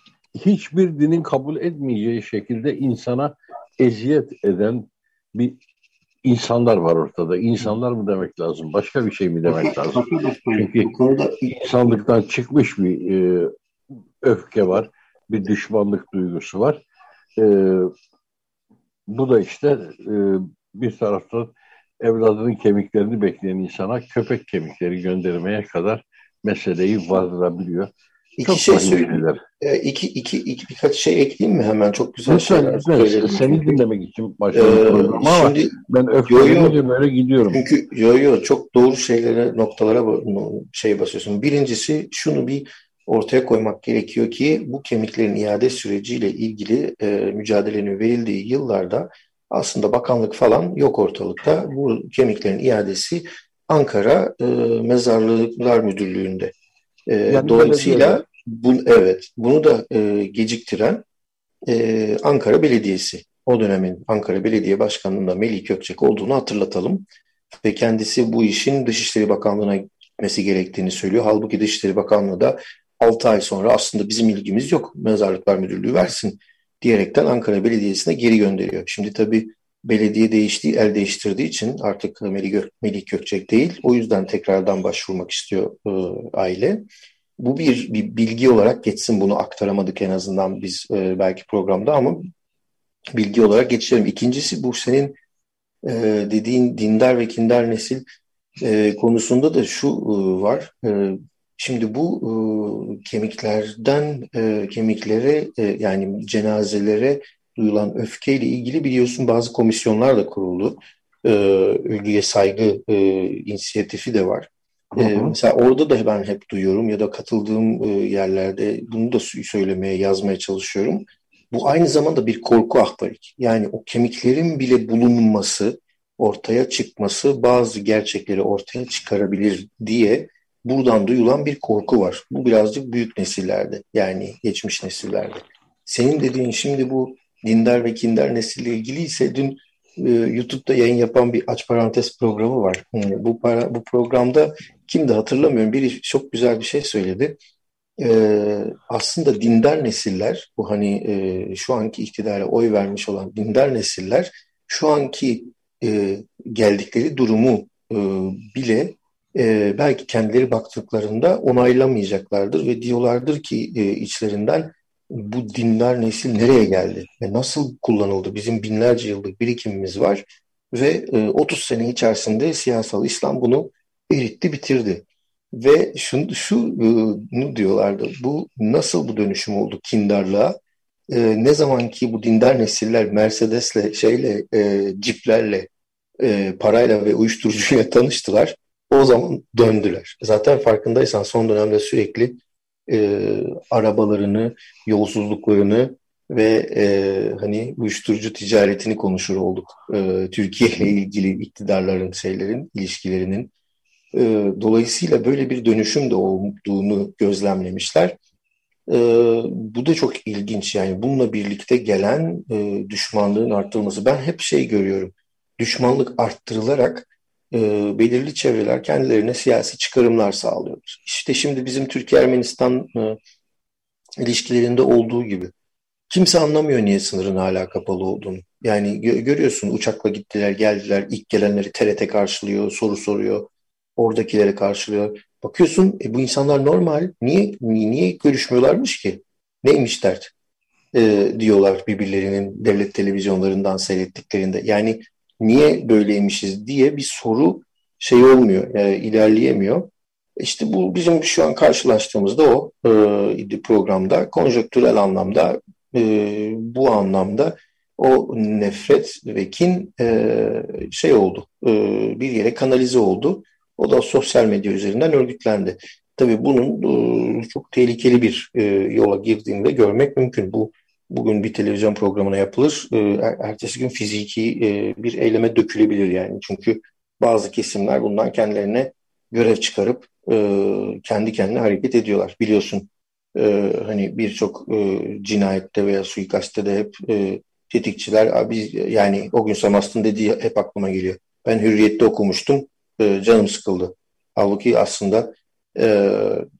[SPEAKER 2] hiçbir dinin kabul etmeyeceği şekilde insana eziyet eden bir insanlar var ortada. İnsanlar mı demek lazım? Başka bir şey mi demek lazım? Çünkü
[SPEAKER 3] Bu konuda
[SPEAKER 2] insanlıktan çıkmış bir e, öfke var. Bir düşmanlık duygusu var. E, bu da işte e, bir taraftan evladının kemiklerini bekleyen insana köpek kemikleri göndermeye kadar meseleyi vardırabiliyor.
[SPEAKER 3] İki
[SPEAKER 2] Çok
[SPEAKER 3] şey
[SPEAKER 2] vahim
[SPEAKER 3] söyleyeyim.
[SPEAKER 2] şeyler.
[SPEAKER 3] E, iki, iki, iki, birkaç şey ekleyeyim mi hemen? Çok güzel
[SPEAKER 2] Lütfen,
[SPEAKER 3] şeyler
[SPEAKER 2] lütfen
[SPEAKER 3] söyledin
[SPEAKER 2] seni
[SPEAKER 3] çünkü.
[SPEAKER 2] dinlemek için
[SPEAKER 3] E,
[SPEAKER 2] başladım programa ama
[SPEAKER 3] şimdi
[SPEAKER 2] ben
[SPEAKER 3] yo yo
[SPEAKER 2] öfkelenince böyle gidiyorum.
[SPEAKER 3] çünkü yo yo çok doğru şeylere, noktalara şey basıyorsun. Birincisi şunu bir ortaya koymak gerekiyor ki bu kemiklerin iade süreciyle ilgili e, mücadelenin verildiği yıllarda aslında bakanlık falan yok ortalıkta. Bu kemiklerin iadesi Ankara e, Mezarlıklar Müdürlüğü'nde. E,
[SPEAKER 2] Yani belediyede.
[SPEAKER 3] dolayısıyla bu, evet bunu da e, geciktiren e, Ankara Belediyesi. O dönemin Ankara Belediye Başkanlığı'nda Melih Gökçek olduğunu hatırlatalım. Ve kendisi bu işin Dışişleri Bakanlığı'na gitmesi gerektiğini söylüyor. Halbuki Dışişleri Bakanlığı da altı ay sonra aslında bizim ilgimiz yok, Mezarlıklar Müdürlüğü versin diyerekten Ankara Belediyesi'ne geri gönderiyor. Şimdi tabii belediye değiştiği, el değiştirdiği için artık Melih, Gök, Melih Gökçek değil. O yüzden tekrardan başvurmak istiyor e, aile. Bu bir, bir bilgi olarak geçsin, bunu aktaramadık en azından biz e, belki programda ama bilgi olarak geçelim. İkincisi bu senin e, dediğin dindar ve kindar nesil e, konusunda da şu e, var. E, şimdi bu e, kemiklerden e, kemiklere e, yani cenazelere duyulan öfkeyle ilgili biliyorsun bazı komisyonlar da kuruldu. E, Ölüye saygı e, inisiyatifi de var.
[SPEAKER 2] Hı
[SPEAKER 3] E,
[SPEAKER 2] hı.
[SPEAKER 3] mesela orada da ben hep duyuyorum ya da katıldığım e, yerlerde bunu da söylemeye, yazmaya çalışıyorum. Bu aynı zamanda bir korku ahbarik. Yani o kemiklerin bile bulunması, ortaya çıkması bazı gerçekleri ortaya çıkarabilir diye buradan duyulan bir korku var. Bu birazcık büyük nesillerde, yani geçmiş nesillerde. Senin dediğin şimdi bu dindar ve kindar nesille ilgili ise dün e, YouTube'da yayın yapan bir aç parantez programı var. Yani bu para, bu programda kimdi hatırlamıyorum. Biri çok güzel bir şey söyledi. Ee, aslında dindar nesiller, bu hani e, şu anki iktidara oy vermiş olan dindar nesiller şu anki e, geldikleri durumu e, bile e, belki kendileri baktıklarında onaylamayacaklardır ve diyorlardır ki e, içlerinden bu dindar nesil nereye geldi ve nasıl kullanıldı? Bizim binlerce yıllık birikimimiz var ve e, otuz sene içerisinde siyasal İslam bunu eritti, bitirdi. Ve şunu, şunu diyorlardı, bu nasıl bu dönüşüm oldu kindarlığa? Ee, ne zaman ki bu dindar nesiller Mercedes'le, şeyle, e, ciplerle, e, parayla ve uyuşturucuyla tanıştılar, o zaman döndüler. Zaten farkındaysan son dönemde sürekli e, arabalarını, yolsuzluklarını ve e, hani uyuşturucu ticaretini konuşur olduk. E, Türkiye ile ilgili iktidarların, şeylerin, ilişkilerinin. E, dolayısıyla böyle bir dönüşüm de olduğunu gözlemlemişler. E, bu da çok ilginç, yani bununla birlikte gelen e, düşmanlığın arttırılması. Ben hep şey görüyorum, düşmanlık arttırılarak e, belirli çevreler kendilerine siyasi çıkarımlar sağlıyorlar. İşte şimdi bizim Türkiye-Ermenistan e, ilişkilerinde olduğu gibi. Kimse anlamıyor niye sınırın hala kapalı olduğunu. Yani gö- görüyorsun, uçakla gittiler, geldiler, ilk gelenleri T R T karşılıyor, soru soruyor, oradakileri karşılıyor. Bakıyorsun e, bu insanlar normal, niye niye görüşmüyorlarmış ki? Neymiş dert? E, diyorlar birbirlerinin devlet televizyonlarından seyrettiklerinde. Yani niye böyleymişiz diye bir soru şey olmuyor, e, ilerleyemiyor. İşte bu bizim şu an karşılaştığımızda o e, programda konjonktürel anlamda e, bu anlamda o nefret ve kin e, şey oldu, e, bir yere kanalize oldu. O da sosyal medya üzerinden örgütlendi. Tabii bunun e, çok tehlikeli bir e, yola girdiğini de görmek mümkün. Bu bugün bir televizyon programına yapılır, e, er- ertesi gün fiziki e, bir eyleme dökülebilir yani. Çünkü bazı kesimler bundan kendilerine görev çıkarıp e, kendi kendine hareket ediyorlar. Biliyorsun e, hani birçok e, cinayette veya suikastte de hep e, tetikçiler, abi, yani o gün Samast'ın dediği hep aklıma geliyor. Ben Hürriyet'te okumuştum, e, canım sıkıldı. Halbuki aslında e,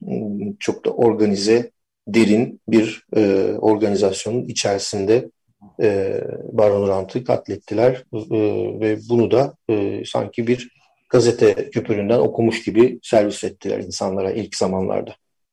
[SPEAKER 3] çok da organize, derin bir e, organizasyonun içerisinde e, Baron Hrant'ı katlettiler e, ve bunu da e, sanki bir gazete küpüründen okumuş gibi servis ettiler insanlara ilk zamanlarda.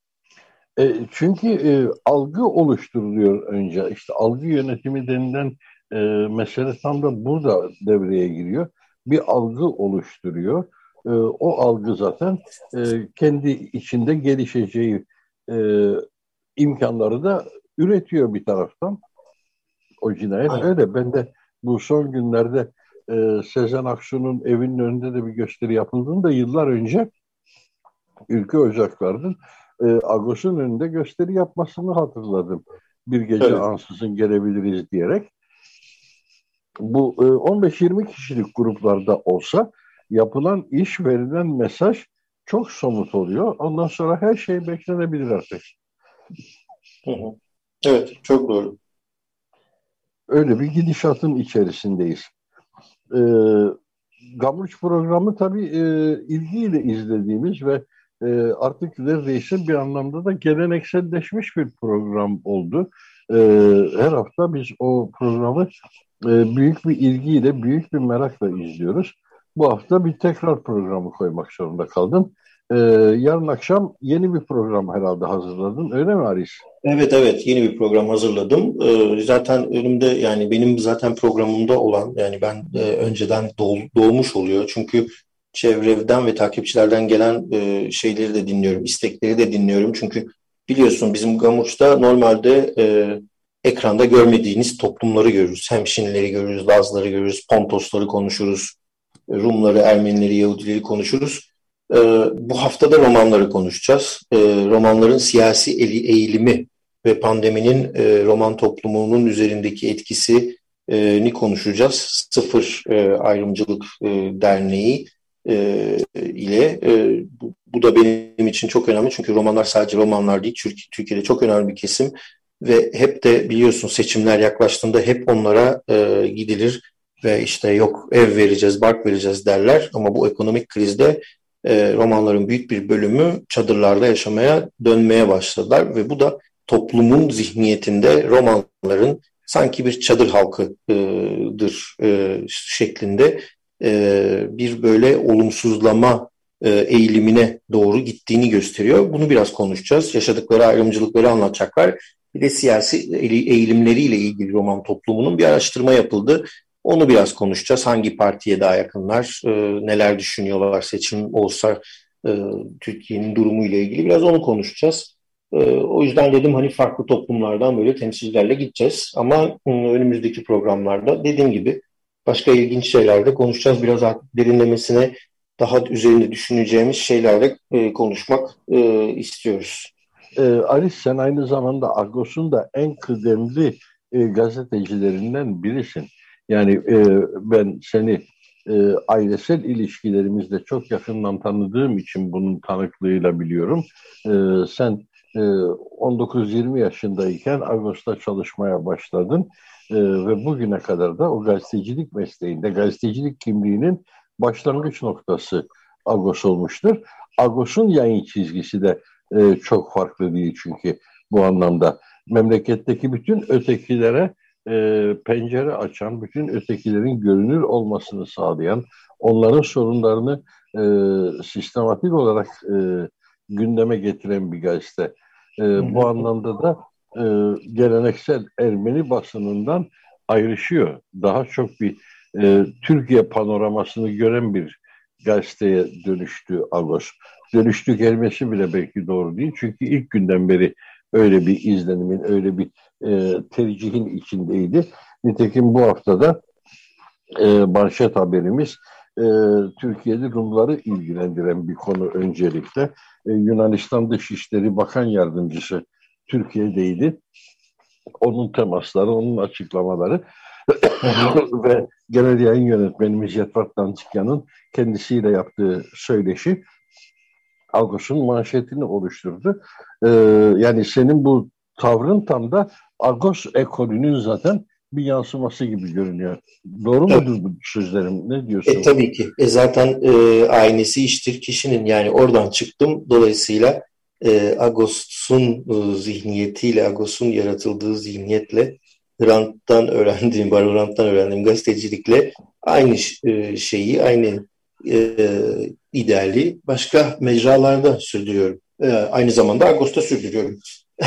[SPEAKER 2] E, çünkü e, algı oluşturuluyor önce. İşte algı yönetimi denilen e, mesele tam da burada devreye giriyor. bir algı oluşturuyor. E, o algı zaten e, kendi içinde gelişeceği e, imkanları da üretiyor bir taraftan. O cinayet
[SPEAKER 3] Aynen.
[SPEAKER 2] öyle. Ben de bu son günlerde e, Sezen Aksu'nun evinin önünde de bir gösteri yapıldığında yıllar önce Ülke Ocakları'nın e, Agos'un önünde gösteri yapmasını hatırladım. Bir gece
[SPEAKER 3] Evet.
[SPEAKER 2] ansızın gelebiliriz diyerek. Bu e, on beş yirmi kişilik gruplarda olsa yapılan iş, verilen mesaj çok somut oluyor. Ondan sonra her şey beklenebilir artık.
[SPEAKER 3] Hı hı. Evet, çok doğru.
[SPEAKER 2] Öyle bir gidişatın içerisindeyiz. E, Gamuç programı tabii e, ilgiyle izlediğimiz ve e, artık neredeyse bir anlamda da gelenekselleşmiş bir program oldu. E, her hafta biz o programı e, büyük bir ilgiyle, büyük bir merakla izliyoruz. Bu hafta bir tekrar programı koymak zorunda kaldım. E, yarın akşam yeni bir program herhalde hazırladın. Öyle mi Aris?
[SPEAKER 3] Evet, evet, yeni bir program hazırladım. Ee, zaten önümde, yani benim zaten programımda olan, yani ben e, önceden doğ- doğmuş oluyor. Çünkü çevreden ve takipçilerden gelen e, şeyleri de dinliyorum, istekleri de dinliyorum. Çünkü biliyorsun bizim Gamuç'ta normalde e, ekranda görmediğiniz toplumları görürüz. Hemşinlileri görürüz, Lazları görürüz, Pontosları konuşuruz, Rumları, Ermenileri, Yahudileri konuşuruz. Ee, bu hafta da romanları konuşacağız. Ee, romanların siyasi eğilimi ve pandeminin e, roman toplumunun üzerindeki etkisini konuşacağız. Sıfır e, Ayrımcılık e, Derneği e, ile e, bu, bu da benim için çok önemli. Çünkü romanlar sadece romanlar değil. Türkiye'de çok önemli bir kesim ve hep de biliyorsun seçimler yaklaştığında hep onlara e, gidilir ve işte yok ev vereceğiz, bark vereceğiz derler. Ama bu ekonomik krizde e, romanların büyük bir bölümü çadırlarda yaşamaya dönmeye başladılar ve bu da toplumun zihniyetinde romanların sanki bir çadır halkıdır e, şeklinde e, bir böyle olumsuzlama e, eğilimine doğru gittiğini gösteriyor. Bunu biraz konuşacağız. Yaşadıkları ayrımcılıkları anlatacaklar. Bir de siyasi eğilimleriyle ilgili roman toplumunun bir araştırma yapıldı. Onu biraz konuşacağız. Hangi partiye daha yakınlar, e, neler düşünüyorlar seçim olsa e, Türkiye'nin durumu ile ilgili biraz onu konuşacağız. E, o yüzden dedim hani farklı toplumlardan böyle temsilcilerle gideceğiz. Ama e, önümüzdeki programlarda dediğim gibi başka ilginç şeyler de konuşacağız. Biraz artık derinlemesine daha üzerinde düşüneceğimiz şeylerle e, konuşmak e, istiyoruz.
[SPEAKER 2] E, Aris sen aynı zamanda Agos'un da en kıdemli e, gazetecilerinden birisin. Yani e, ben seni e, ailesel ilişkilerimizde çok yakından tanıdığım için bunun tanıklığıyla biliyorum. E, sen e, on dokuz yirmi yaşındayken Agos'ta çalışmaya başladın e, ve bugüne kadar da o gazetecilik mesleğinde, gazetecilik kimliğinin başlangıç noktası Agos olmuştur. Agos'un yayın çizgisi de e, çok farklı değil çünkü bu anlamda. Memleketteki bütün ötekilere e, pencere açan, bütün ötekilerin görünür olmasını sağlayan, onların sorunlarını e, sistematik olarak e, gündeme getiren bir gazete. E, bu anlamda da e, geleneksel Ermeni basınından ayrışıyor. Daha çok bir e, Türkiye panoramasını gören bir gazeteye dönüştü Agos. Dönüştü kelimesi bile belki doğru değil. Çünkü ilk günden beri öyle bir izlenimin, öyle bir e, tercihin içindeydi. Nitekim bu haftada e, manşet haberimiz e, Türkiye'de Rumları ilgilendiren bir konu öncelikle. E, Yunanistan Dışişleri Bakan Yardımcısı Türkiye'deydi. Onun temasları, onun açıklamaları ve genel yayın yönetmenimiz Yetvat Dançikyan'ın kendisiyle yaptığı söyleşi Agos'un manşetini oluşturdu. Ee, yani senin bu tavrın tam da Agos ekolünün zaten bir yansıması gibi görünüyor. Doğru
[SPEAKER 3] Evet.
[SPEAKER 2] mudur bu sözlerim? Ne diyorsun?
[SPEAKER 3] E, tabii ki. E, zaten e, aynesi iştir kişinin, yani oradan çıktım. Dolayısıyla e, Agos'un e, zihniyetiyle, Agos'un yaratıldığı zihniyetle Hrant'tan öğrendiğim, Baron Hrant'tan öğrendiğim gazetecilikle aynı e, şeyi, aynı e, ideali başka mecralarda sürdürüyorum. E, aynı zamanda Agos'ta sürdürüyorum.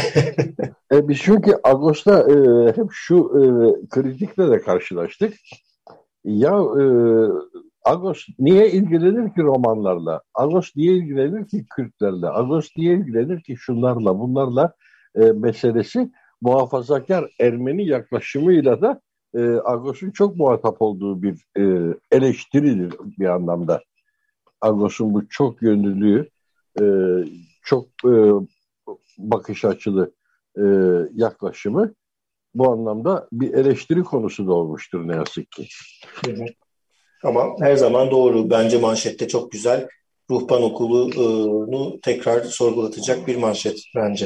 [SPEAKER 2] e, biz çünkü Agos'ta e, hep şu e, kritikle de karşılaştık. Ya e, Agos niye ilgilenir ki romanlarla? Agos niye ilgilenir ki Kürtlerle? Agos niye ilgilenir ki şunlarla, bunlarla e, meselesi muhafazakar Ermeni yaklaşımıyla da e, Agos'un çok muhatap olduğu bir e, eleştiridir bir anlamda. Agos'un bu çok yönlülüğü, e, çok e, bakış açılı e, yaklaşımı bu anlamda bir eleştiri konusu da olmuştur ne yazık ki.
[SPEAKER 3] Hı hı. Ama her zaman doğru. Bence manşette çok güzel. Ruhban Okulu'nu tekrar sorgulatacak bir manşet bence.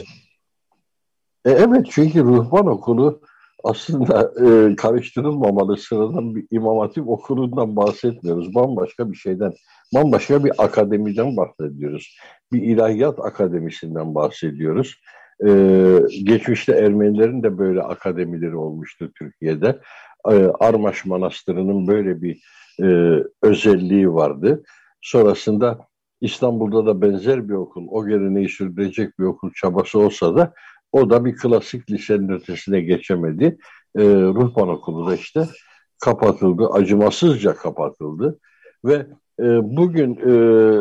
[SPEAKER 2] E, evet, çünkü ruhban okulu aslında e, karıştırılmamalı. Sıradan bir İmam Hatip okulundan bahsetmiyoruz. Bambaşka bir şeyden, bambaşka bir akademiden bahsediyoruz. Bir ilahiyat akademisinden bahsediyoruz. E, geçmişte Ermenilerin de böyle akademileri olmuştu Türkiye'de. E, Armaş Manastırı'nın böyle bir e, özelliği vardı. Sonrasında İstanbul'da da benzer bir okul, o geleneği sürdürecek bir okul çabası olsa da o da bir klasik lisenin ötesine geçemedi. E, Ruhban Okulu da işte kapatıldı, acımasızca kapatıldı. Ve e, bugün e,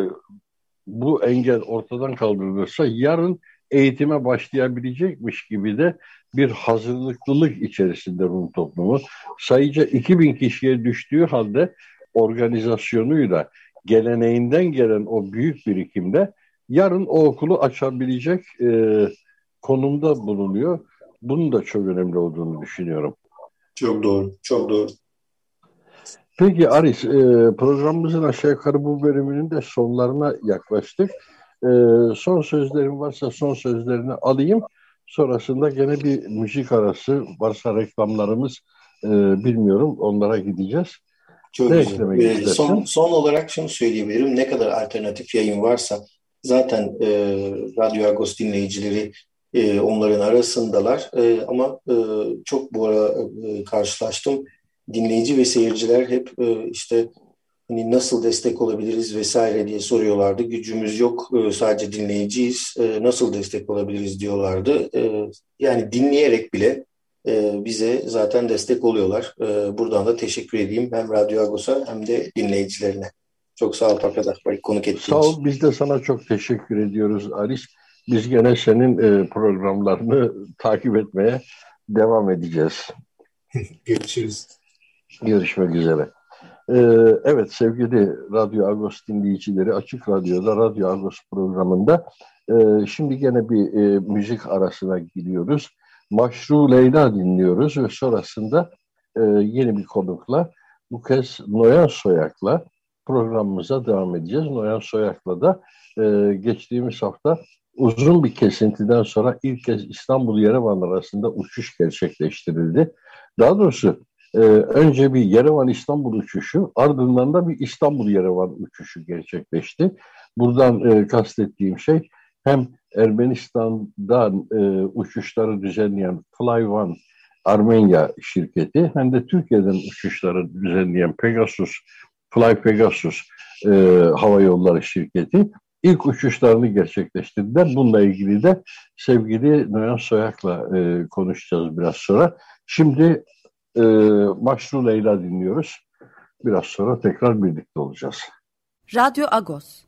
[SPEAKER 2] bu engel ortadan kaldırılırsa yarın eğitime başlayabilecekmiş gibi de bir hazırlıklılık içerisinde Rum toplumu. Sayıca iki bin kişiye düştüğü halde organizasyonuyla, geleneğinden gelen o büyük birikimde yarın o okulu açabilecek e, konumda bulunuyor. Bunun da çok önemli olduğunu düşünüyorum.
[SPEAKER 3] Çok doğru, çok doğru.
[SPEAKER 2] Peki Aris, e, programımızın aşağı yukarı bu bölümünün de sonlarına yaklaştık. E, son sözlerin varsa son sözlerini alayım. Sonrasında gene bir müzik arası, varsa reklamlarımız e, bilmiyorum, onlara gideceğiz.
[SPEAKER 3] Çok
[SPEAKER 2] Ne
[SPEAKER 3] güzel.
[SPEAKER 2] eklemek
[SPEAKER 3] Ee,
[SPEAKER 2] istersin?
[SPEAKER 3] son, son olarak şunu söyleyebilirim. Ne kadar alternatif yayın varsa zaten e, Radyo Agos dinleyicileri e, onların arasındalar. E, ama e, çok bu ara e, karşılaştım. Dinleyici ve seyirciler hep e, işte hani nasıl destek olabiliriz vesaire diye soruyorlardı. Gücümüz yok, e, sadece dinleyiciyiz. E, nasıl destek olabiliriz diyorlardı. E, yani dinleyerek bile e, bize zaten destek oluyorlar. E, buradan da teşekkür edeyim hem Radyo Agos'a hem de dinleyicilerine. Çok sağ ol Fakat Akbay, konuk ettiğin
[SPEAKER 2] Sağ
[SPEAKER 3] için.
[SPEAKER 2] ol, biz de sana çok teşekkür ediyoruz Aris. Biz gene senin e, programlarını takip etmeye devam edeceğiz.
[SPEAKER 3] Görüşürüz.
[SPEAKER 2] Görüşmek üzere. Ee, evet sevgili Radyo Agos dinleyicileri, Açık Radyo'da Radyo Agos programında e, şimdi gene bir e, müzik arasına giriyoruz. Maşru Leyla dinliyoruz ve sonrasında e, yeni bir konukla, bu kez Noyan Soyak'la programımıza devam edeceğiz. Noyan Soyak'la da e, geçtiğimiz hafta uzun bir kesintiden sonra ilk kez İstanbul-Yerevan arasında uçuş gerçekleştirildi. Daha doğrusu Ee, önce bir Yerevan-İstanbul uçuşu, ardından da bir İstanbul-Yerevan uçuşu gerçekleşti. Buradan e, kastettiğim şey hem Ermenistan'dan e, uçuşları düzenleyen Fly One Armenya şirketi hem de Türkiye'den uçuşları düzenleyen Pegasus, Fly Pegasus e, hava yolları şirketi ilk uçuşlarını gerçekleştirdiler. Bununla ilgili de sevgili Noyan Soyak'la e, konuşacağız biraz sonra. Şimdi E, Maşru Leyla dinliyoruz. Biraz sonra tekrar birlikte olacağız.
[SPEAKER 1] Radyo Agos.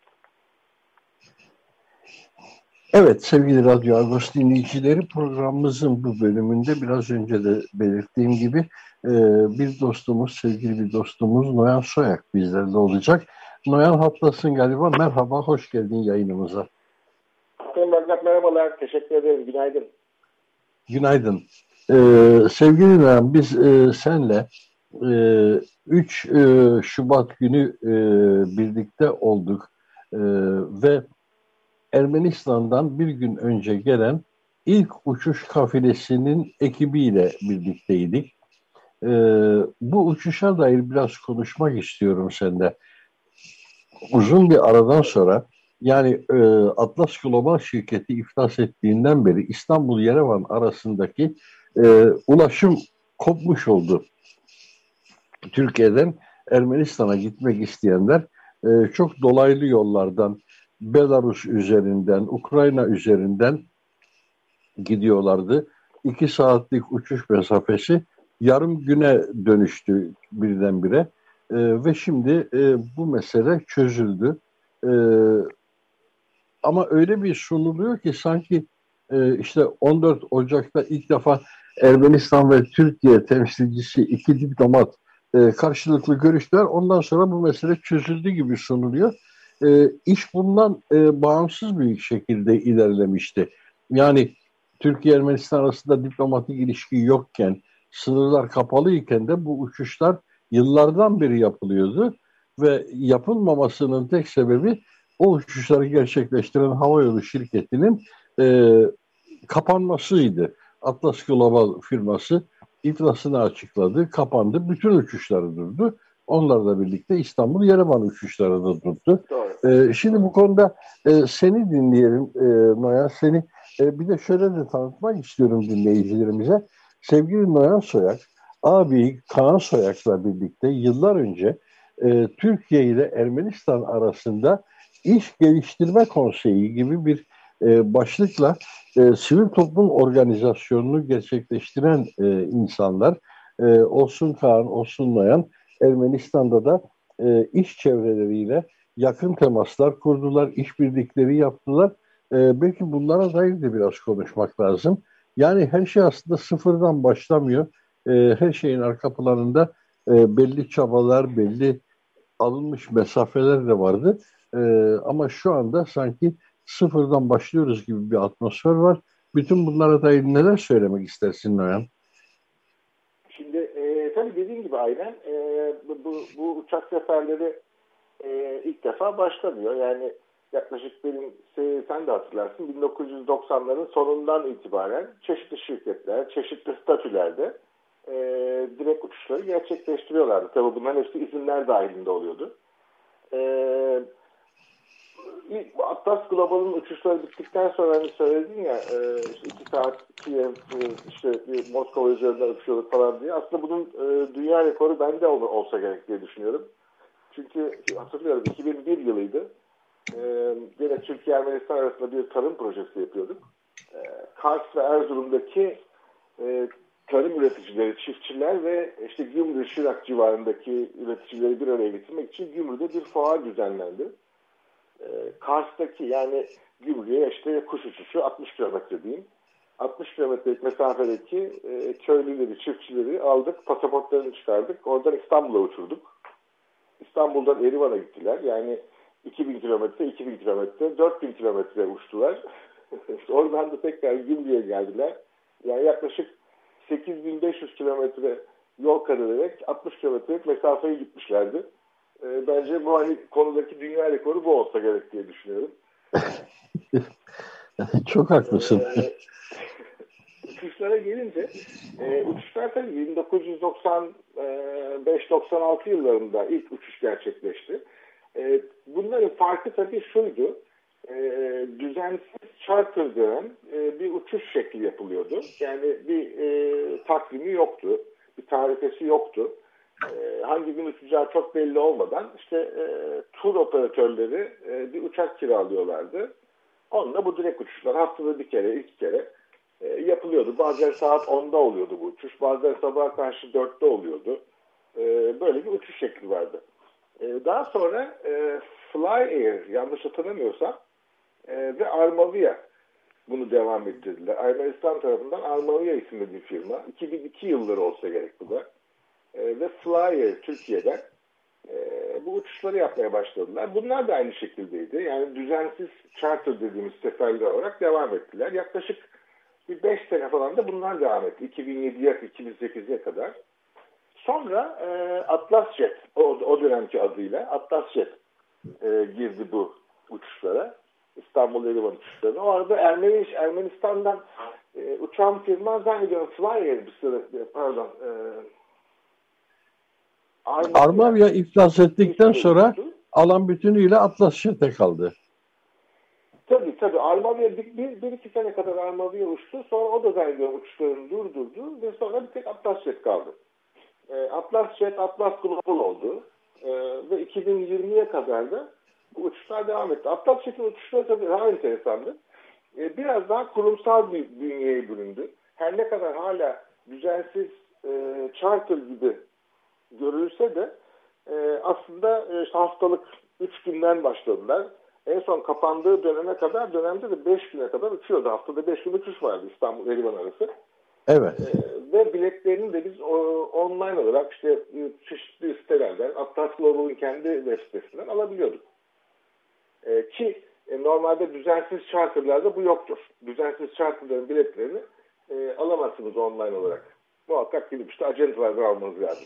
[SPEAKER 2] Evet sevgili Radyo Agos dinleyicileri, programımızın bu bölümünde biraz önce de belirttiğim gibi e, bir dostumuz, sevgili bir dostumuz Noyan Soyak bizlerle olacak. Noyan hattasın galiba. Merhaba, hoş geldin yayınımıza.
[SPEAKER 4] Merhabalar, teşekkür ederiz. Günaydın.
[SPEAKER 2] Günaydın. Ee, sevgili Noyan, biz e, senle e, üç e, Şubat günü e, birlikte olduk e, ve Ermenistan'dan bir gün önce gelen ilk uçuş kafilesinin ekibiyle birlikteydik. E, bu uçuşa dair biraz konuşmak istiyorum seninle. Uzun bir aradan sonra, yani e, Atlas Global şirketi iflas ettiğinden beri İstanbul-Yerevan arasındaki e, ulaşım kopmuş oldu. Türkiye'den Ermenistan'a gitmek isteyenler e, çok dolaylı yollardan, Belarus üzerinden, Ukrayna üzerinden gidiyorlardı. İki saatlik uçuş mesafesi yarım güne dönüştü birdenbire. ve şimdi e, bu mesele çözüldü. E, ama öyle bir sunuluyor ki sanki e, işte on dört Ocak'ta ilk defa Ermenistan ve Türkiye temsilcisi iki diplomat e, karşılıklı görüştüler. Ondan sonra bu mesele çözüldü gibi sunuluyor. E, iş bundan e, bağımsız bir şekilde ilerlemişti. Yani Türkiye-Ermenistan arasında diplomatik ilişki yokken, sınırlar kapalıyken de bu uçuşlar yıllardan beri yapılıyordu ve yapılmamasının tek sebebi o uçuşları gerçekleştiren havayolu şirketinin e, kapanmasıydı. Atlas Global firması iflasını açıkladı, kapandı. Bütün uçuşları durdu. Onlarla birlikte İstanbul-Yerevan uçuşları da durdu. E, şimdi bu konuda e, seni dinleyelim e, Noyan. Seni e, bir de şöyle de tanıtmak istiyorum dinleyicilerimize. Sevgili Noyan Soyak, abi Kaan Soyak'la birlikte yıllar önce e, Türkiye ile Ermenistan arasında İş Geliştirme Konseyi gibi bir e, başlıkla e, sivil toplum organizasyonunu gerçekleştiren e, insanlar, e, Olsun Kaan, Olsun Noyan, Ermenistan'da da e, iş çevreleriyle yakın temaslar kurdular, işbirlikleri yaptılar. E, belki bunlara dair de biraz konuşmak lazım. Yani her şey aslında sıfırdan başlamıyor. E, her şeyin arka planında e, belli çabalar, belli alınmış mesafeler de vardı. E, ama şu anda sanki sıfırdan başlıyoruz gibi bir atmosfer var. Bütün bunlara dair neler söylemek istersin Noyan?
[SPEAKER 4] Şimdi e, tabii dediğim gibi aynen e, bu, bu, bu uçak seferleri e, ilk defa başlamıyor. Yani yaklaşık benim sen de hatırlarsın bin dokuz yüz doksanların sonundan itibaren çeşitli şirketler, çeşitli statülerde e, direkt uçuşları gerçekleştiriyorlardı. Tabii bunların hepsi izinler dahilinde oluyordu. E, Atlas Global'ın uçuşları bittikten sonra hani söyledin ya e, işte iki saat Kiev, işte Moskova üzerinden uçuyorduk falan diye. Aslında bunun e, dünya rekoru bende olsa gerek diye düşünüyorum. Çünkü hatırlıyorum iki bin bir yılıydı. E, yine Türkiye-Ermenistan arasında bir tarım projesi yapıyorduk. E, Kars ve Erzurum'daki e, tarım üreticileri, çiftçiler ve işte Gümrü, Şirak civarındaki üreticileri bir araya getirmek için Gümrü'de bir fuar düzenlendi. E, Kars'taki yani Gümrü'ye işte kuş uçuşu altmış kilometre diyeyim. altmış kilometrelik mesafedeki e, köylüleri, çiftçileri aldık, pasaportlarını çıkardık. Oradan İstanbul'a uçurduk. İstanbul'dan Erivan'a gittiler. Yani iki bin kilometre, iki bin kilometre, dört bin kilometre uçtular. Oradan da tekrar Gümrü'ye geldiler. Yani yaklaşık sekiz bin beş yüz kilometre yol kat ederek altmış kilometrelik mesafeyi gitmişlerdi. E, bence bu hani konudaki dünya rekoru bu olsa gerek diye düşünüyorum.
[SPEAKER 2] Çok haklısın.
[SPEAKER 4] E, uçuşlara gelince, e, uçuşlar tabii bin dokuz yüz doksan beş doksan altı yıllarında ilk uçuş gerçekleşti. E, bunların farkı tabii şuydu. E, düzensiz charter denen e, bir uçuş şekli yapılıyordu. Yani bir e, takvimi yoktu. Bir tarifesi yoktu. E, hangi gün uçacağı çok belli olmadan işte e, tur operatörleri e, bir uçak kiralıyorlardı. Onunla bu direkt uçuşlar haftada bir kere, iki kere e, yapılıyordu. Bazen saat onda oluyordu bu uçuş. Bazen sabah karşı dörtte oluyordu. E, böyle bir uçuş şekli vardı. E, daha sonra e, Fly Air, yanlış hatırlamıyorsam, e, ve Armavia bunu devam ettirdiler. Ermenistan tarafından Armavia isimli bir firma. iki bin iki yılları olsa gerek bu da. E, ve Fly Air Türkiye'den e, bu uçuşları yapmaya başladılar. Bunlar da aynı şekildeydi. Yani düzensiz charter dediğimiz seferler olarak devam ettiler. Yaklaşık bir beş sene falan da bunlar devam etti. iki bin yediye, iki bin sekize kadar. Sonra e, Atlas Jet, o, o dönemki adıyla Atlas Jet e, girdi bu uçuşlara. İstanbul-Erivan uçuşlarına. O arada Ermeni, Ermenistan'dan e, uçan firma zannediyorum Fly Air bir sıra, pardon. E,
[SPEAKER 2] Armavia iflas ettikten sonra uçtu. Alan bütünüyle Atlas Jet'e kaldı.
[SPEAKER 4] Tabii tabii. Armavia bir, bir, bir iki sene kadar Armavia uçtu. Sonra o da zannediyorum uçuşlarını durdurdu ve sonra bir tek Atlas Jet kaldı. E, Atlas Jet, Atlas Global oldu. E, ve iki bin yirmiye kadar da bu uçuşlar devam etti. Atlas Jet'in uçuşları tabii daha enteresandı. E, biraz daha kurumsal bir bünyeye büründü. Her ne kadar hala düzensiz e, charter gibi görülse de e, aslında e, işte haftalık üç günden başladılar. En son kapandığı döneme kadar, dönemde de beş güne kadar uçuyordu. Haftada beş gün uçuş vardı İstanbul-Erivan arası.
[SPEAKER 2] Evet.
[SPEAKER 4] E, ve biletlerini de biz o, online olarak işte çeşitli sitelerden, Atlas Global'ın kendi web sitesinden alabiliyorduk. E, ki e, normalde düzensiz charterlarda bu yoktur. Düzensiz charterların biletlerini e, alamazsınız online olarak. Muhakkak gidip işte acentelerden almanız lazım.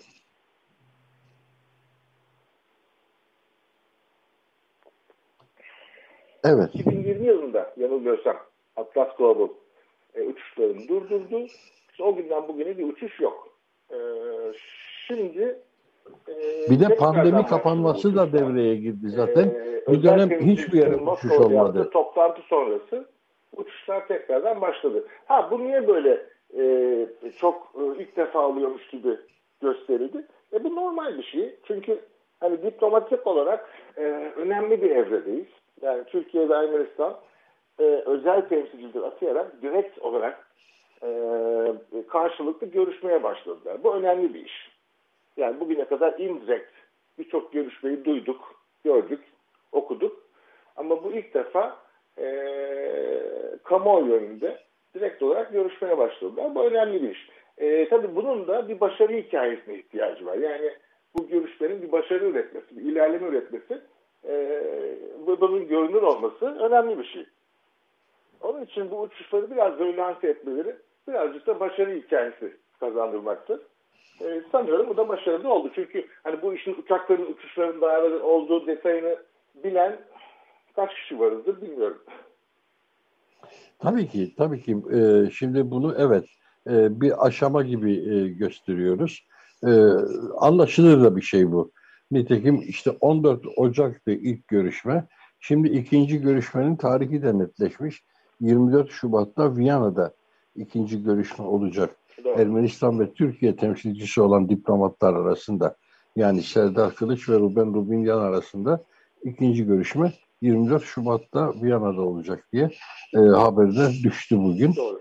[SPEAKER 2] Evet.
[SPEAKER 4] iki bin yirmi yılında yanılmıyorsam Atlas Global e, uçuşlarını durdurdu. İşte o günden bugüne bir uçuş yok. E, şimdi e,
[SPEAKER 2] bir de pandemi kapanması da devreye girdi zaten.
[SPEAKER 4] E,
[SPEAKER 2] bir dönem hiçbir yere uçuş olmadı.
[SPEAKER 4] Toplantı sonrası uçuşlar tekrardan başladı. Ha bu niye böyle e, çok e, ilk defa oluyormuş gibi gösterildi? E, bu normal bir şey. Çünkü hani diplomatik olarak e, önemli bir evredeyiz. Yani Türkiye ve Ermenistan e, özel temsilciler atayarak direkt olarak e, karşılıklı görüşmeye başladılar. Bu önemli bir iş. Yani bugüne kadar indirekt birçok görüşmeyi duyduk, gördük, okuduk. Ama bu ilk defa e, kamuoyu önünde direkt olarak görüşmeye başladılar. Bu önemli bir iş. E, tabii bunun da bir başarı hikayesine ihtiyacı var. Yani bu görüşmenin bir başarı üretmesi, bir ilerleme üretmesi, e, bunun görünür olması önemli bir şey. Onun için bu uçuşları biraz böyle lanse etmeleri birazcık da başarı hikayesi kazandırmaktır. Ee, sanıyorum bu da başarılı oldu. Çünkü hani bu işin uçakların uçuşların dağları olduğu detayını bilen kaç kişi varızdır bilmiyorum.
[SPEAKER 2] Tabii ki, tabii ki. Ee, şimdi bunu evet e, bir aşama gibi e, gösteriyoruz. E, anlaşılır da bir şey bu. Nitekim işte on dört Ocak'tı ilk görüşme. Şimdi ikinci görüşmenin tarihi de netleşmiş. yirmi dört Şubat'ta Viyana'da ikinci görüşme olacak.
[SPEAKER 4] Doğru.
[SPEAKER 2] Ermenistan ve Türkiye temsilcisi olan diplomatlar arasında, yani Serdar Kılıç ve Ruben Rubinyan arasında ikinci görüşme yirmi dört Şubat'ta Viyana'da olacak diye e, haberler düştü bugün.
[SPEAKER 4] Doğru.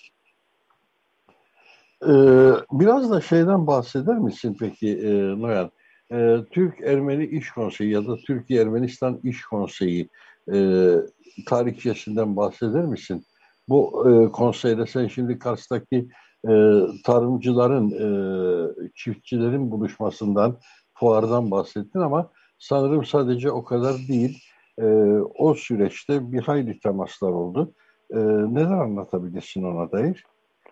[SPEAKER 2] E, biraz da şeyden bahseder misin peki e, Noyan? E, Türk-Ermeni İş Konseyi ya da Türkiye-Ermenistan İş Konseyi e, tarihçesinden bahseder misin? Bu e, konseyde sen şimdi Kars'taki e, tarımcıların, e, çiftçilerin buluşmasından, fuardan bahsettin ama sanırım sadece o kadar değil. E, o süreçte bir hayli temaslar oldu. E, neler anlatabilirsin ona dair?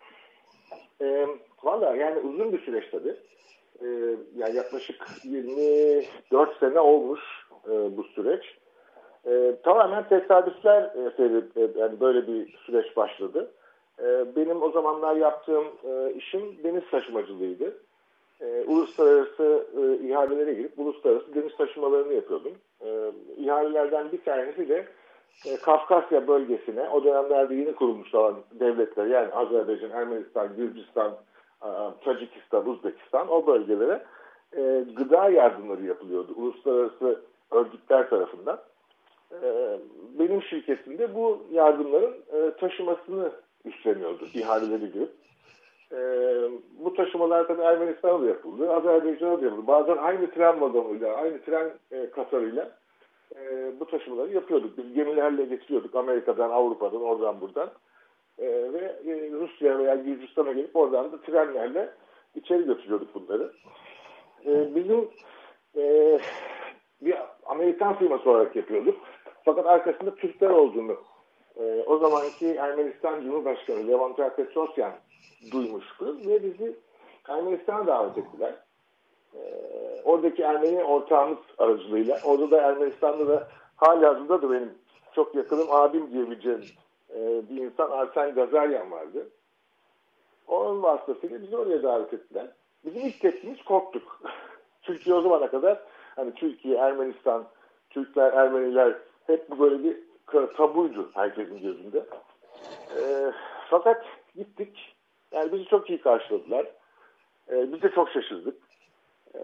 [SPEAKER 4] E, Valla yani uzun bir süreç tabii. E, yani yaklaşık yirmi dört sene olmuş e, bu süreç. E, tamamen tesadüfler e, yani böyle bir süreç başladı. E, benim o zamanlar yaptığım e, işim deniz taşımacılığıydı. E, uluslararası e, ihalelere girip uluslararası deniz taşımalarını yapıyordum. E, ihalelerden bir tanesi de e, Kafkasya bölgesine, o dönemlerde yeni kurulmuş olan devletler, yani Azerbaycan, Ermenistan, Gürcistan, e, Tacikistan, Uzbekistan, o bölgelere e, gıda yardımları yapılıyordu uluslararası örgütler tarafından. E, benim şirketimde bu yardımların e, taşımasını üstleniyordu ihaleleri girip. Ee, bu taşımalar tabii Ermenistan'a da yapıldı, Azerbaycan'a da yapıldı. Bazen aynı tren vagonuyla, aynı tren e, kasarıyla e, bu taşımaları yapıyorduk. Biz gemilerle getiriyorduk Amerika'dan, Avrupa'dan, oradan buradan. E, ve e, Rusya veya Gürcistan'a gelip oradan da trenlerle içeri götürüyorduk bunları. E, bizim e, bir Amerikan firması olarak yapıyorduk. Fakat arkasında Türkler olduğunu e, o zamanki Ermenistan Cumhurbaşkanı Levent Petrosyan duymuştu ve bizi Ermenistan'a davet ettiler. Ee, oradaki Ermeni ortağımız aracılığıyla, orada da Ermenistan'da da halihazırda da benim çok yakınım abim diyebileceğim e, bir insan Arsen Gazaryan vardı. Onun vasıtasıyla bizi oraya davet ettiler. Bizim ilk tepkimiz korktuk. Türkiye o zamana kadar hani Türkiye, Ermenistan, Türkler, Ermeniler hep bu böyle bir tabuydu herkesin gözünde. E, fakat gittik. Yani bizi çok iyi karşıladılar. Ee, biz de çok şaşırdık. Ee,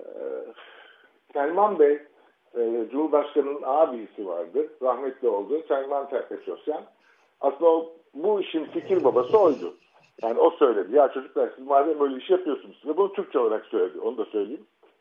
[SPEAKER 4] Selman Bey, e, Cumhurbaşkanı'nın abisi vardı. Rahmetli oldu. Selman Petrosyan. Aslında o, bu işin fikir babası oydu. Yani o söyledi. Ya çocuklar siz madem böyle iş yapıyorsunuz. Ve bunu Türkçe olarak söyledi. Onu da söyleyeyim.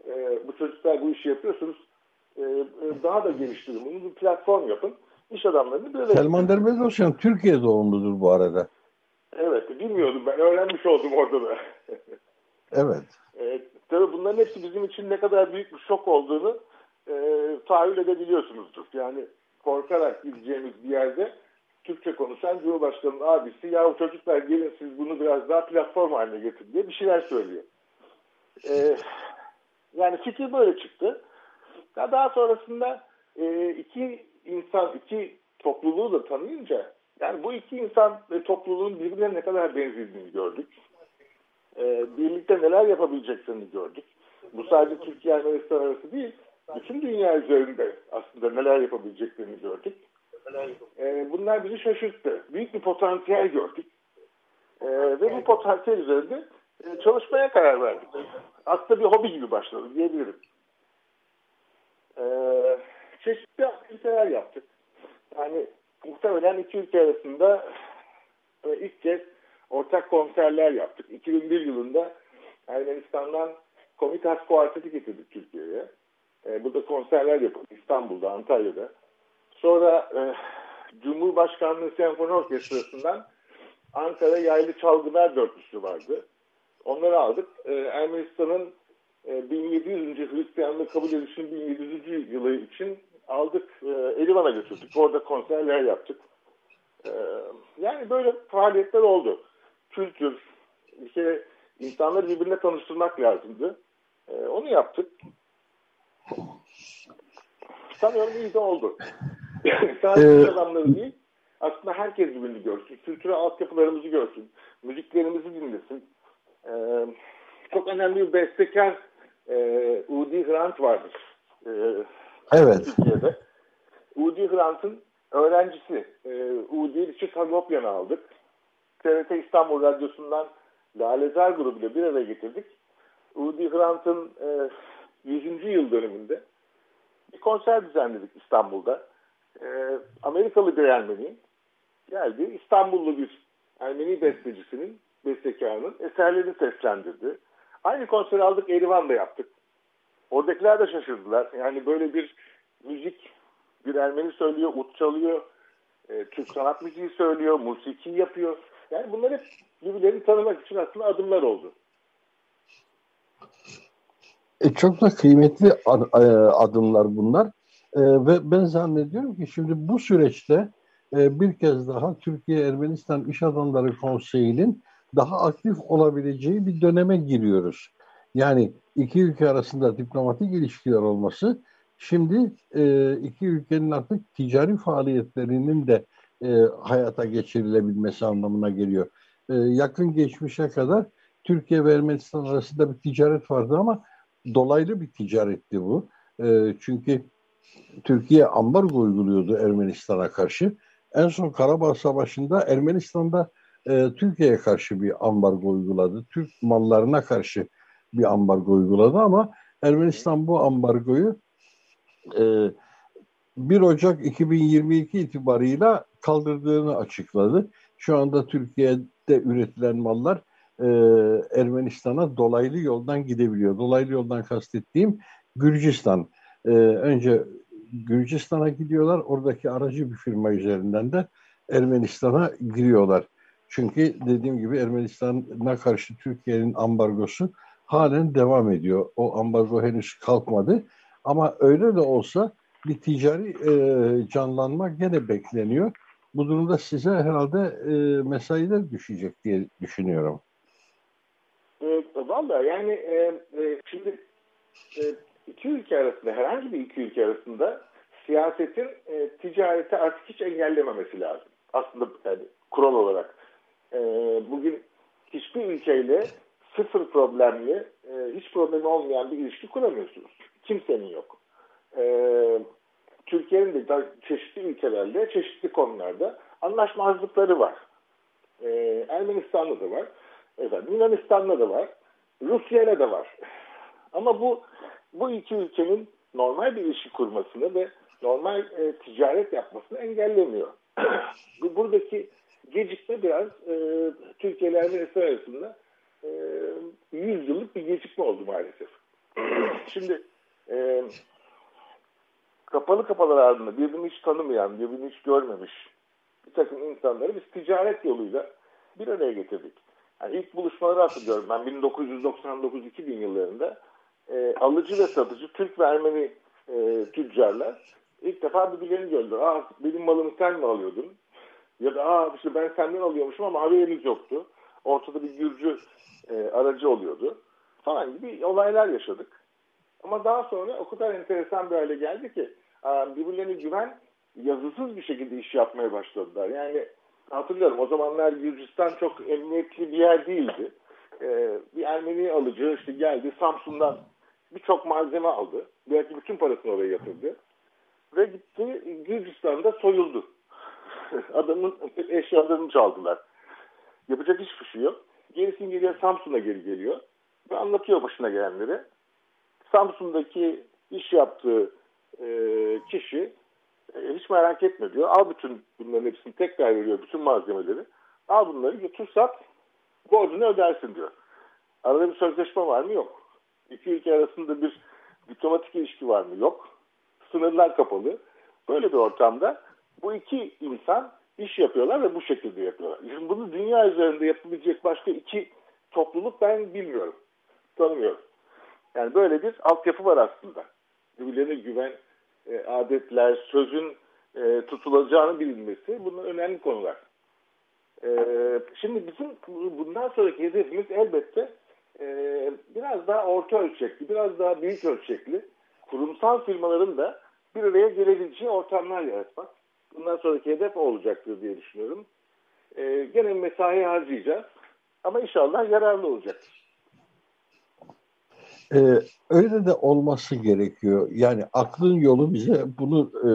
[SPEAKER 4] e, bu çocuklar bu işi yapıyorsunuz, e, e, daha da geliştirin bunu, bir platform yapın. İş adamlarını bir
[SPEAKER 2] Selman Demirbaşkan Türkiye doğumludur bu arada.
[SPEAKER 4] Evet, bilmiyordum ben. Öğrenmiş oldum orada da.
[SPEAKER 2] Evet.
[SPEAKER 4] E, tabii bunların hepsi bizim için ne kadar büyük bir şok olduğunu e, tahayyül edebiliyorsunuzdur. Yani korkarak gideceğimiz bir yerde Türkçe konuşan Cumhurbaşkanı'nın abisi, ya o çocuklar gelin siz bunu biraz daha platform haline getirin diye bir şeyler söylüyor. E, yani fikir böyle çıktı. Daha sonrasında e, iki insan, iki topluluğu da tanıyınca, yani bu iki insan ve topluluğun birbirine ne kadar benzediğini gördük. E, birlikte neler yapabileceklerini gördük. Bu sadece Türkiye-Ermenistan arası değil, bütün dünya üzerinde aslında neler yapabileceklerini gördük. E, bunlar bizi şaşırttı. Büyük bir potansiyel gördük. E, ve bu potansiyel üzerinde e, çalışmaya karar verdik. Aslında bir hobi gibi başladı diyebilirim. E, çeşitli aktiviteler yaptık. Yani muhtemelen iki ülke arasında e, ilk kez ortak konserler yaptık. iki bin bir yılında Ermenistan'dan Komitas Kuarteti getirdik Türkiye'ye. E, burada konserler yapıldı İstanbul'da, Antalya'da. Sonra e, Cumhurbaşkanlığı Senfoni Orkestrası'ndan Ankara Yaylı Çalgılar Dörtlüsü vardı. Onları aldık. E, Ermenistan'ın e, bin yedi yüzüncü. Hristiyanlığı kabul edişinin bin yedi yüzüncü. yılı için aldık. E, Erivan'a götürdük. Orada konserler yaptık. E, yani böyle faaliyetler oldu. Kültür, bir kere insanları birbirine tanıştırmak lazımdı. E, onu yaptık. Sanıyorum iyi de oldu. Sadece iş adamları değil, aslında herkes birbirini görsün. Kültürel altyapılarımızı görsün. Müziklerimizi dinlesin. Ee, çok önemli bir bestekar e, Udi Hrant vardır. E,
[SPEAKER 2] evet.
[SPEAKER 4] Türkiye'de. Udi Hrant'ın öğrencisi. E, Udi Çıkagopyan'ı aldık. T R T İstanbul Radyosu'ndan Lalezar grubuyla bir araya getirdik. Udi Hrant'ın e, yüzüncü yıl dönümünde bir konser düzenledik İstanbul'da. Ee, Amerikalı bir Ermeni geldi. İstanbullu bir Ermeni bestecisinin, bestekarının eserlerini seslendirdi. Aynı konseri aldık, Erivan'da yaptık. Oradakiler de şaşırdılar. Yani böyle bir müzik, bir Ermeni söylüyor, ut çalıyor, e, Türk sanat müziği söylüyor, musiki yapıyor. Yani bunlar hep birbirlerini tanımak için aslında adımlar oldu.
[SPEAKER 2] E, çok da kıymetli ad, adımlar bunlar. E, ve ben zannediyorum ki şimdi bu süreçte e, bir kez daha Türkiye-Ermenistan İş Adamları Konseyi'nin daha aktif olabileceği bir döneme giriyoruz. Yani iki ülke arasında diplomatik ilişkiler olması, şimdi e, iki ülkenin artık ticari faaliyetlerinin de e, hayata geçirilebilmesi anlamına geliyor. E, yakın geçmişe kadar Türkiye ve Ermenistan arasında bir ticaret vardı ama dolaylı bir ticaretti bu. E, çünkü Türkiye ambargo uyguluyordu Ermenistan'a karşı. En son Karabağ Savaşı'nda Ermenistan'da e, Türkiye'ye karşı bir ambargo uyguladı. Türk mallarına karşı bir ambargo uyguladı ama Ermenistan bu ambargoyu e, bir Ocak iki bin yirmi iki itibarıyla kaldırdığını açıkladı. Şu anda Türkiye'de üretilen mallar e, Ermenistan'a dolaylı yoldan gidebiliyor. Dolaylı yoldan kastettiğim Gürcistan. E, önce Gürcistan'a gidiyorlar. Oradaki aracı bir firma üzerinden de Ermenistan'a giriyorlar. Çünkü dediğim gibi Ermenistan'a karşı Türkiye'nin ambargosu halen devam ediyor. O ambargo henüz kalkmadı. Ama öyle de olsa bir ticari e, canlanma gene bekleniyor. Bu durumda size herhalde e, mesailer düşecek diye düşünüyorum.
[SPEAKER 4] E, Valla yani e, e, şimdi e, iki ülke arasında, herhangi bir iki ülke arasında siyasetin e, ticareti artık hiç engellememesi lazım. Aslında yani kural olarak. E, bugün hiçbir ülkeyle sıfır problemli, e, hiç problemi olmayan bir ilişki kuramıyorsunuz. Kimsenin yok. E, Türkiye'nin de çeşitli ülkelerle, çeşitli konularda anlaşmazlıkları var. E, Ermenistan'da da var. Efendim, Yunanistan'da da var. Rusya'yla da var. Ama bu bu iki ülkenin normal bir ilişki kurmasını ve normal e, ticaret yapmasını engellemiyor. Buradaki gecikme biraz e, Türkiye ile Ermenistan arasında e, yüz yıllık bir gecikme oldu maalesef. Şimdi e, kapalı kapalı ardında birbirini hiç tanımayan, birbirini hiç görmemiş bir takım insanları biz ticaret yoluyla bir araya getirdik. Yani ilk buluşmaları hatırlıyorum. Ben bin dokuz yüz doksan dokuz iki bin yıllarında e, alıcı ve satıcı Türk ve Ermeni e, tüccarlar ilk defa birbirlerini gördüler. Aa, benim malımı sen mi alıyordun? Ya da aa işte ben senden alıyormuşum ama haberimiz yoktu. Ortada bir Gürcü e, aracı oluyordu falan gibi olaylar yaşadık. Ama daha sonra o kadar enteresan bir hale geldi ki birbirlerine güven yazısız bir şekilde iş yapmaya başladılar. Yani hatırlıyorum o zamanlar Gürcistan çok emniyetli bir yer değildi. Ee, bir Ermeni alıcı işte geldi Samsun'dan birçok malzeme aldı. Belki bütün parasını oraya yatırdı. Ve gitti Gürcistan'da soyuldu. Adamın eşyalarını çaldılar. Yapacak hiçbir şey yok. Gerisini geliyor Samsun'a geri geliyor. Ve anlatıyor başına gelenleri. Samsun'daki iş yaptığı e, kişi e, hiç merak etme diyor. Al bütün bunların hepsini tekrar veriyor. Bütün malzemeleri. Al bunları götür sat. Borcunu ödersin diyor. Arada bir sözleşme var mı? Yok. İki ülke arasında bir diplomatik ilişki var mı? Yok. Sınırlar kapalı. Böyle bir ortamda bu iki insan iş yapıyorlar ve bu şekilde yapıyorlar. Şimdi bunu dünya üzerinde yapabilecek başka iki topluluk ben bilmiyorum. Tanımıyorum. Yani böyle bir altyapı var aslında. Birbirlerine güven, e, adetler, sözün e, tutulacağını bilinmesi bunlar önemli konular. E, şimdi bizim bundan sonraki hedefimiz elbette e, biraz daha orta ölçekli, biraz daha büyük ölçekli kurumsal firmaların da bir araya gelebileceği ortamlar yaratmak. Bundan sonraki hedef o olacaktır diye düşünüyorum. E, gene mesai harcayacağız ama inşallah yararlı olacaktır.
[SPEAKER 2] Ee, öyle de olması gerekiyor. Yani aklın yolu bize bunu e,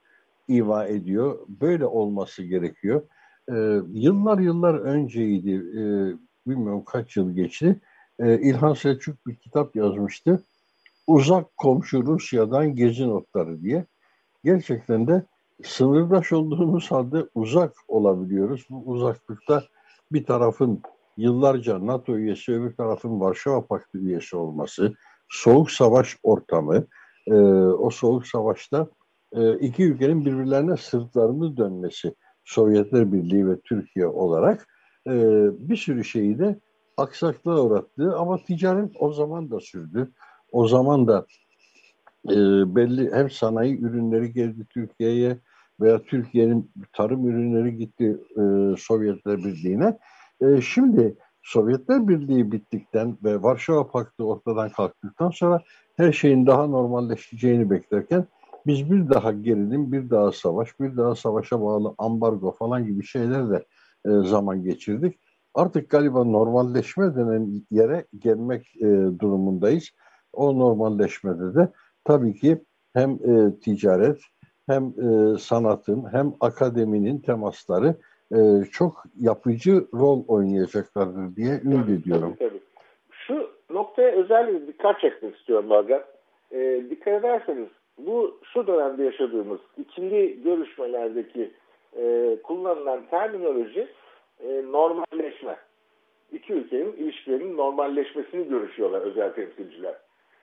[SPEAKER 2] ima ediyor. Böyle olması gerekiyor. Ee, yıllar yıllar önceydi. E, bilmiyorum kaç yıl geçti. E, İlhan Selçuk bir kitap yazmıştı. Uzak komşu Rusya'dan gezi notları diye. Gerçekten de sınırdaş olduğumuz halde uzak olabiliyoruz. Bu uzaklıkta bir tarafın yıllarca NATO üyesi, öbür tarafın Varşova Paktı üyesi olması, soğuk savaş ortamı, e, o soğuk savaşta e, iki ülkenin birbirlerine sırtlarını dönmesi, Sovyetler Birliği ve Türkiye olarak e, bir sürü şeyi de aksaklığa uğrattı. Ama ticaret o zaman da sürdü. O zaman da e, belli hem sanayi ürünleri geldi Türkiye'ye veya Türkiye'nin tarım ürünleri gitti e, Sovyetler Birliği'ne. E, şimdi Sovyetler Birliği bittikten ve Varşova Paktı ortadan kalktıktan sonra her şeyin daha normalleşeceğini beklerken biz bir daha gerilim, bir daha savaş, bir daha savaşa bağlı ambargo falan gibi şeylerle e, zaman geçirdik. Artık galiba normalleşme denen yere gelmek e, durumundayız. O normalleşmede de tabii ki hem e, ticaret hem e, sanatın hem akademinin temasları e, çok yapıcı rol oynayacaklardır diye ümit ediyorum.
[SPEAKER 4] Tabii, tabii. Şu noktaya özellikle dikkat çekmek istiyorum bazen. E, dikkat ederseniz bu şu dönemde yaşadığımız ikili görüşmelerdeki e, kullanılan terminoloji e, normalleşme. İki ülkenin ilişkilerinin normalleşmesini görüşüyorlar özel temsilciler.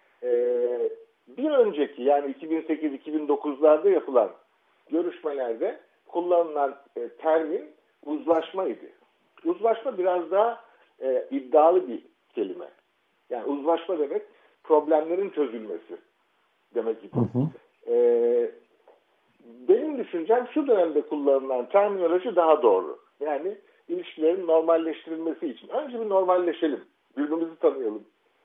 [SPEAKER 4] Ee, bir önceki yani iki bin sekiz iki bin dokuzlarda yapılan görüşmelerde kullanılan e, termin uzlaşmaydı. Uzlaşma biraz daha e, iddialı bir kelime. Yani uzlaşma demek problemlerin çözülmesi demek gibi. Hı hı. Ee, benim düşüncem şu dönemde kullanılan terminoloji daha doğru. Yani ilişkilerin normalleştirilmesi için. Önce bir normalleşelim. Birbirimizi tanıyalım.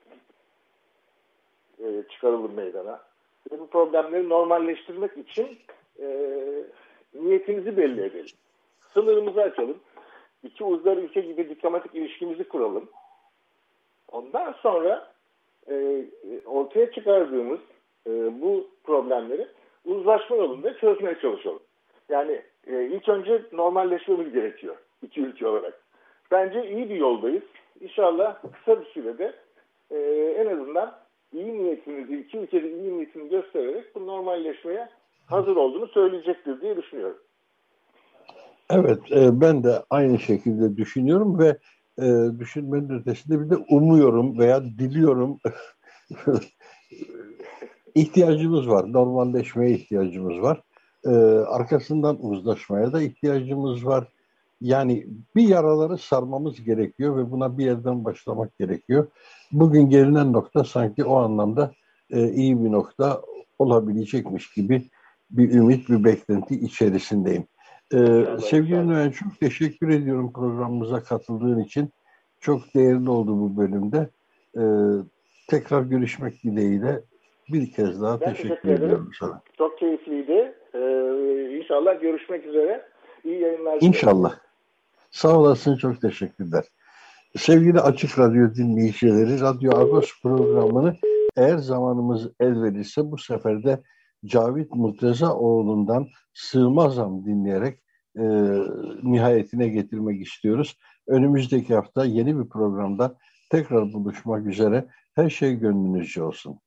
[SPEAKER 4] E, çıkaralım meydana. Ve bu problemleri normalleştirmek için e, niyetimizi belli edelim. Sınırımızı açalım. İki uzlar ülke gibi diplomatik ilişkimizi kuralım. Ondan sonra e, ortaya çıkardığımız e, bu problemleri uzlaşma yolunda çözmeye çalışalım. Yani e, ilk önce normalleşmemiz gerekiyor. İki ülke olarak. Bence iyi bir yoldayız. İnşallah kısa bir sürede e, en azından iyi niyetimizi, iki ülkede iyi niyetini göstererek bu normalleşmeye hazır olduğunu söyleyecektir diye düşünüyorum.
[SPEAKER 2] Evet, e, ben de aynı şekilde düşünüyorum ve e, düşünmenin ötesinde bir de umuyorum veya diliyorum ihtiyacımız var. Normalleşmeye ihtiyacımız var. Ee, arkasından uzlaşmaya da ihtiyacımız var. Yani bir yaraları sarmamız gerekiyor ve buna bir yerden başlamak gerekiyor. Bugün gelinen nokta sanki o anlamda e, iyi bir nokta olabilecekmiş gibi bir ümit, bir beklenti içerisindeyim. Ee, sevgili Noyan, çok teşekkür ediyorum programımıza katıldığın için. Çok değerli oldu bu bölümde. Ee, tekrar görüşmek dileğiyle bir kez daha
[SPEAKER 4] ben
[SPEAKER 2] teşekkür,
[SPEAKER 4] teşekkür
[SPEAKER 2] ediyorum sana.
[SPEAKER 4] Çok keyifliydi. Ee, inşallah görüşmek üzere. İyi yayınlar.
[SPEAKER 2] İnşallah. Sağ olasın, çok teşekkürler. Sevgili Açık Radyo dinleyicileri, Radyo Agos programını eğer zamanımız el verirse bu sefer de Cavit Murtezaoğlu'ndan Sığmazam dinleyerek e, nihayetine getirmek istiyoruz. Önümüzdeki hafta yeni bir programda tekrar buluşmak üzere. Her şey gönlünüzce olsun.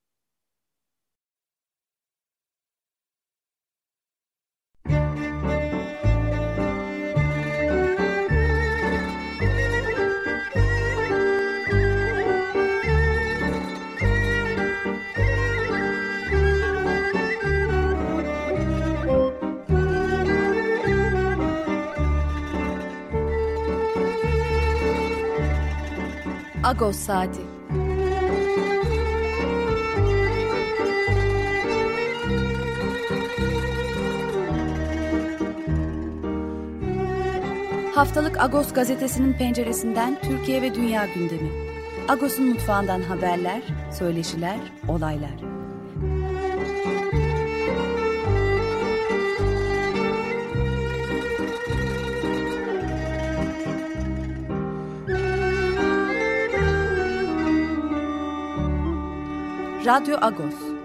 [SPEAKER 1] Agos Saati. Haftalık Agos gazetesinin penceresinden Türkiye ve dünya gündemi. Agos'un mutfağından haberler, söyleşiler, olaylar. Radyo Agos.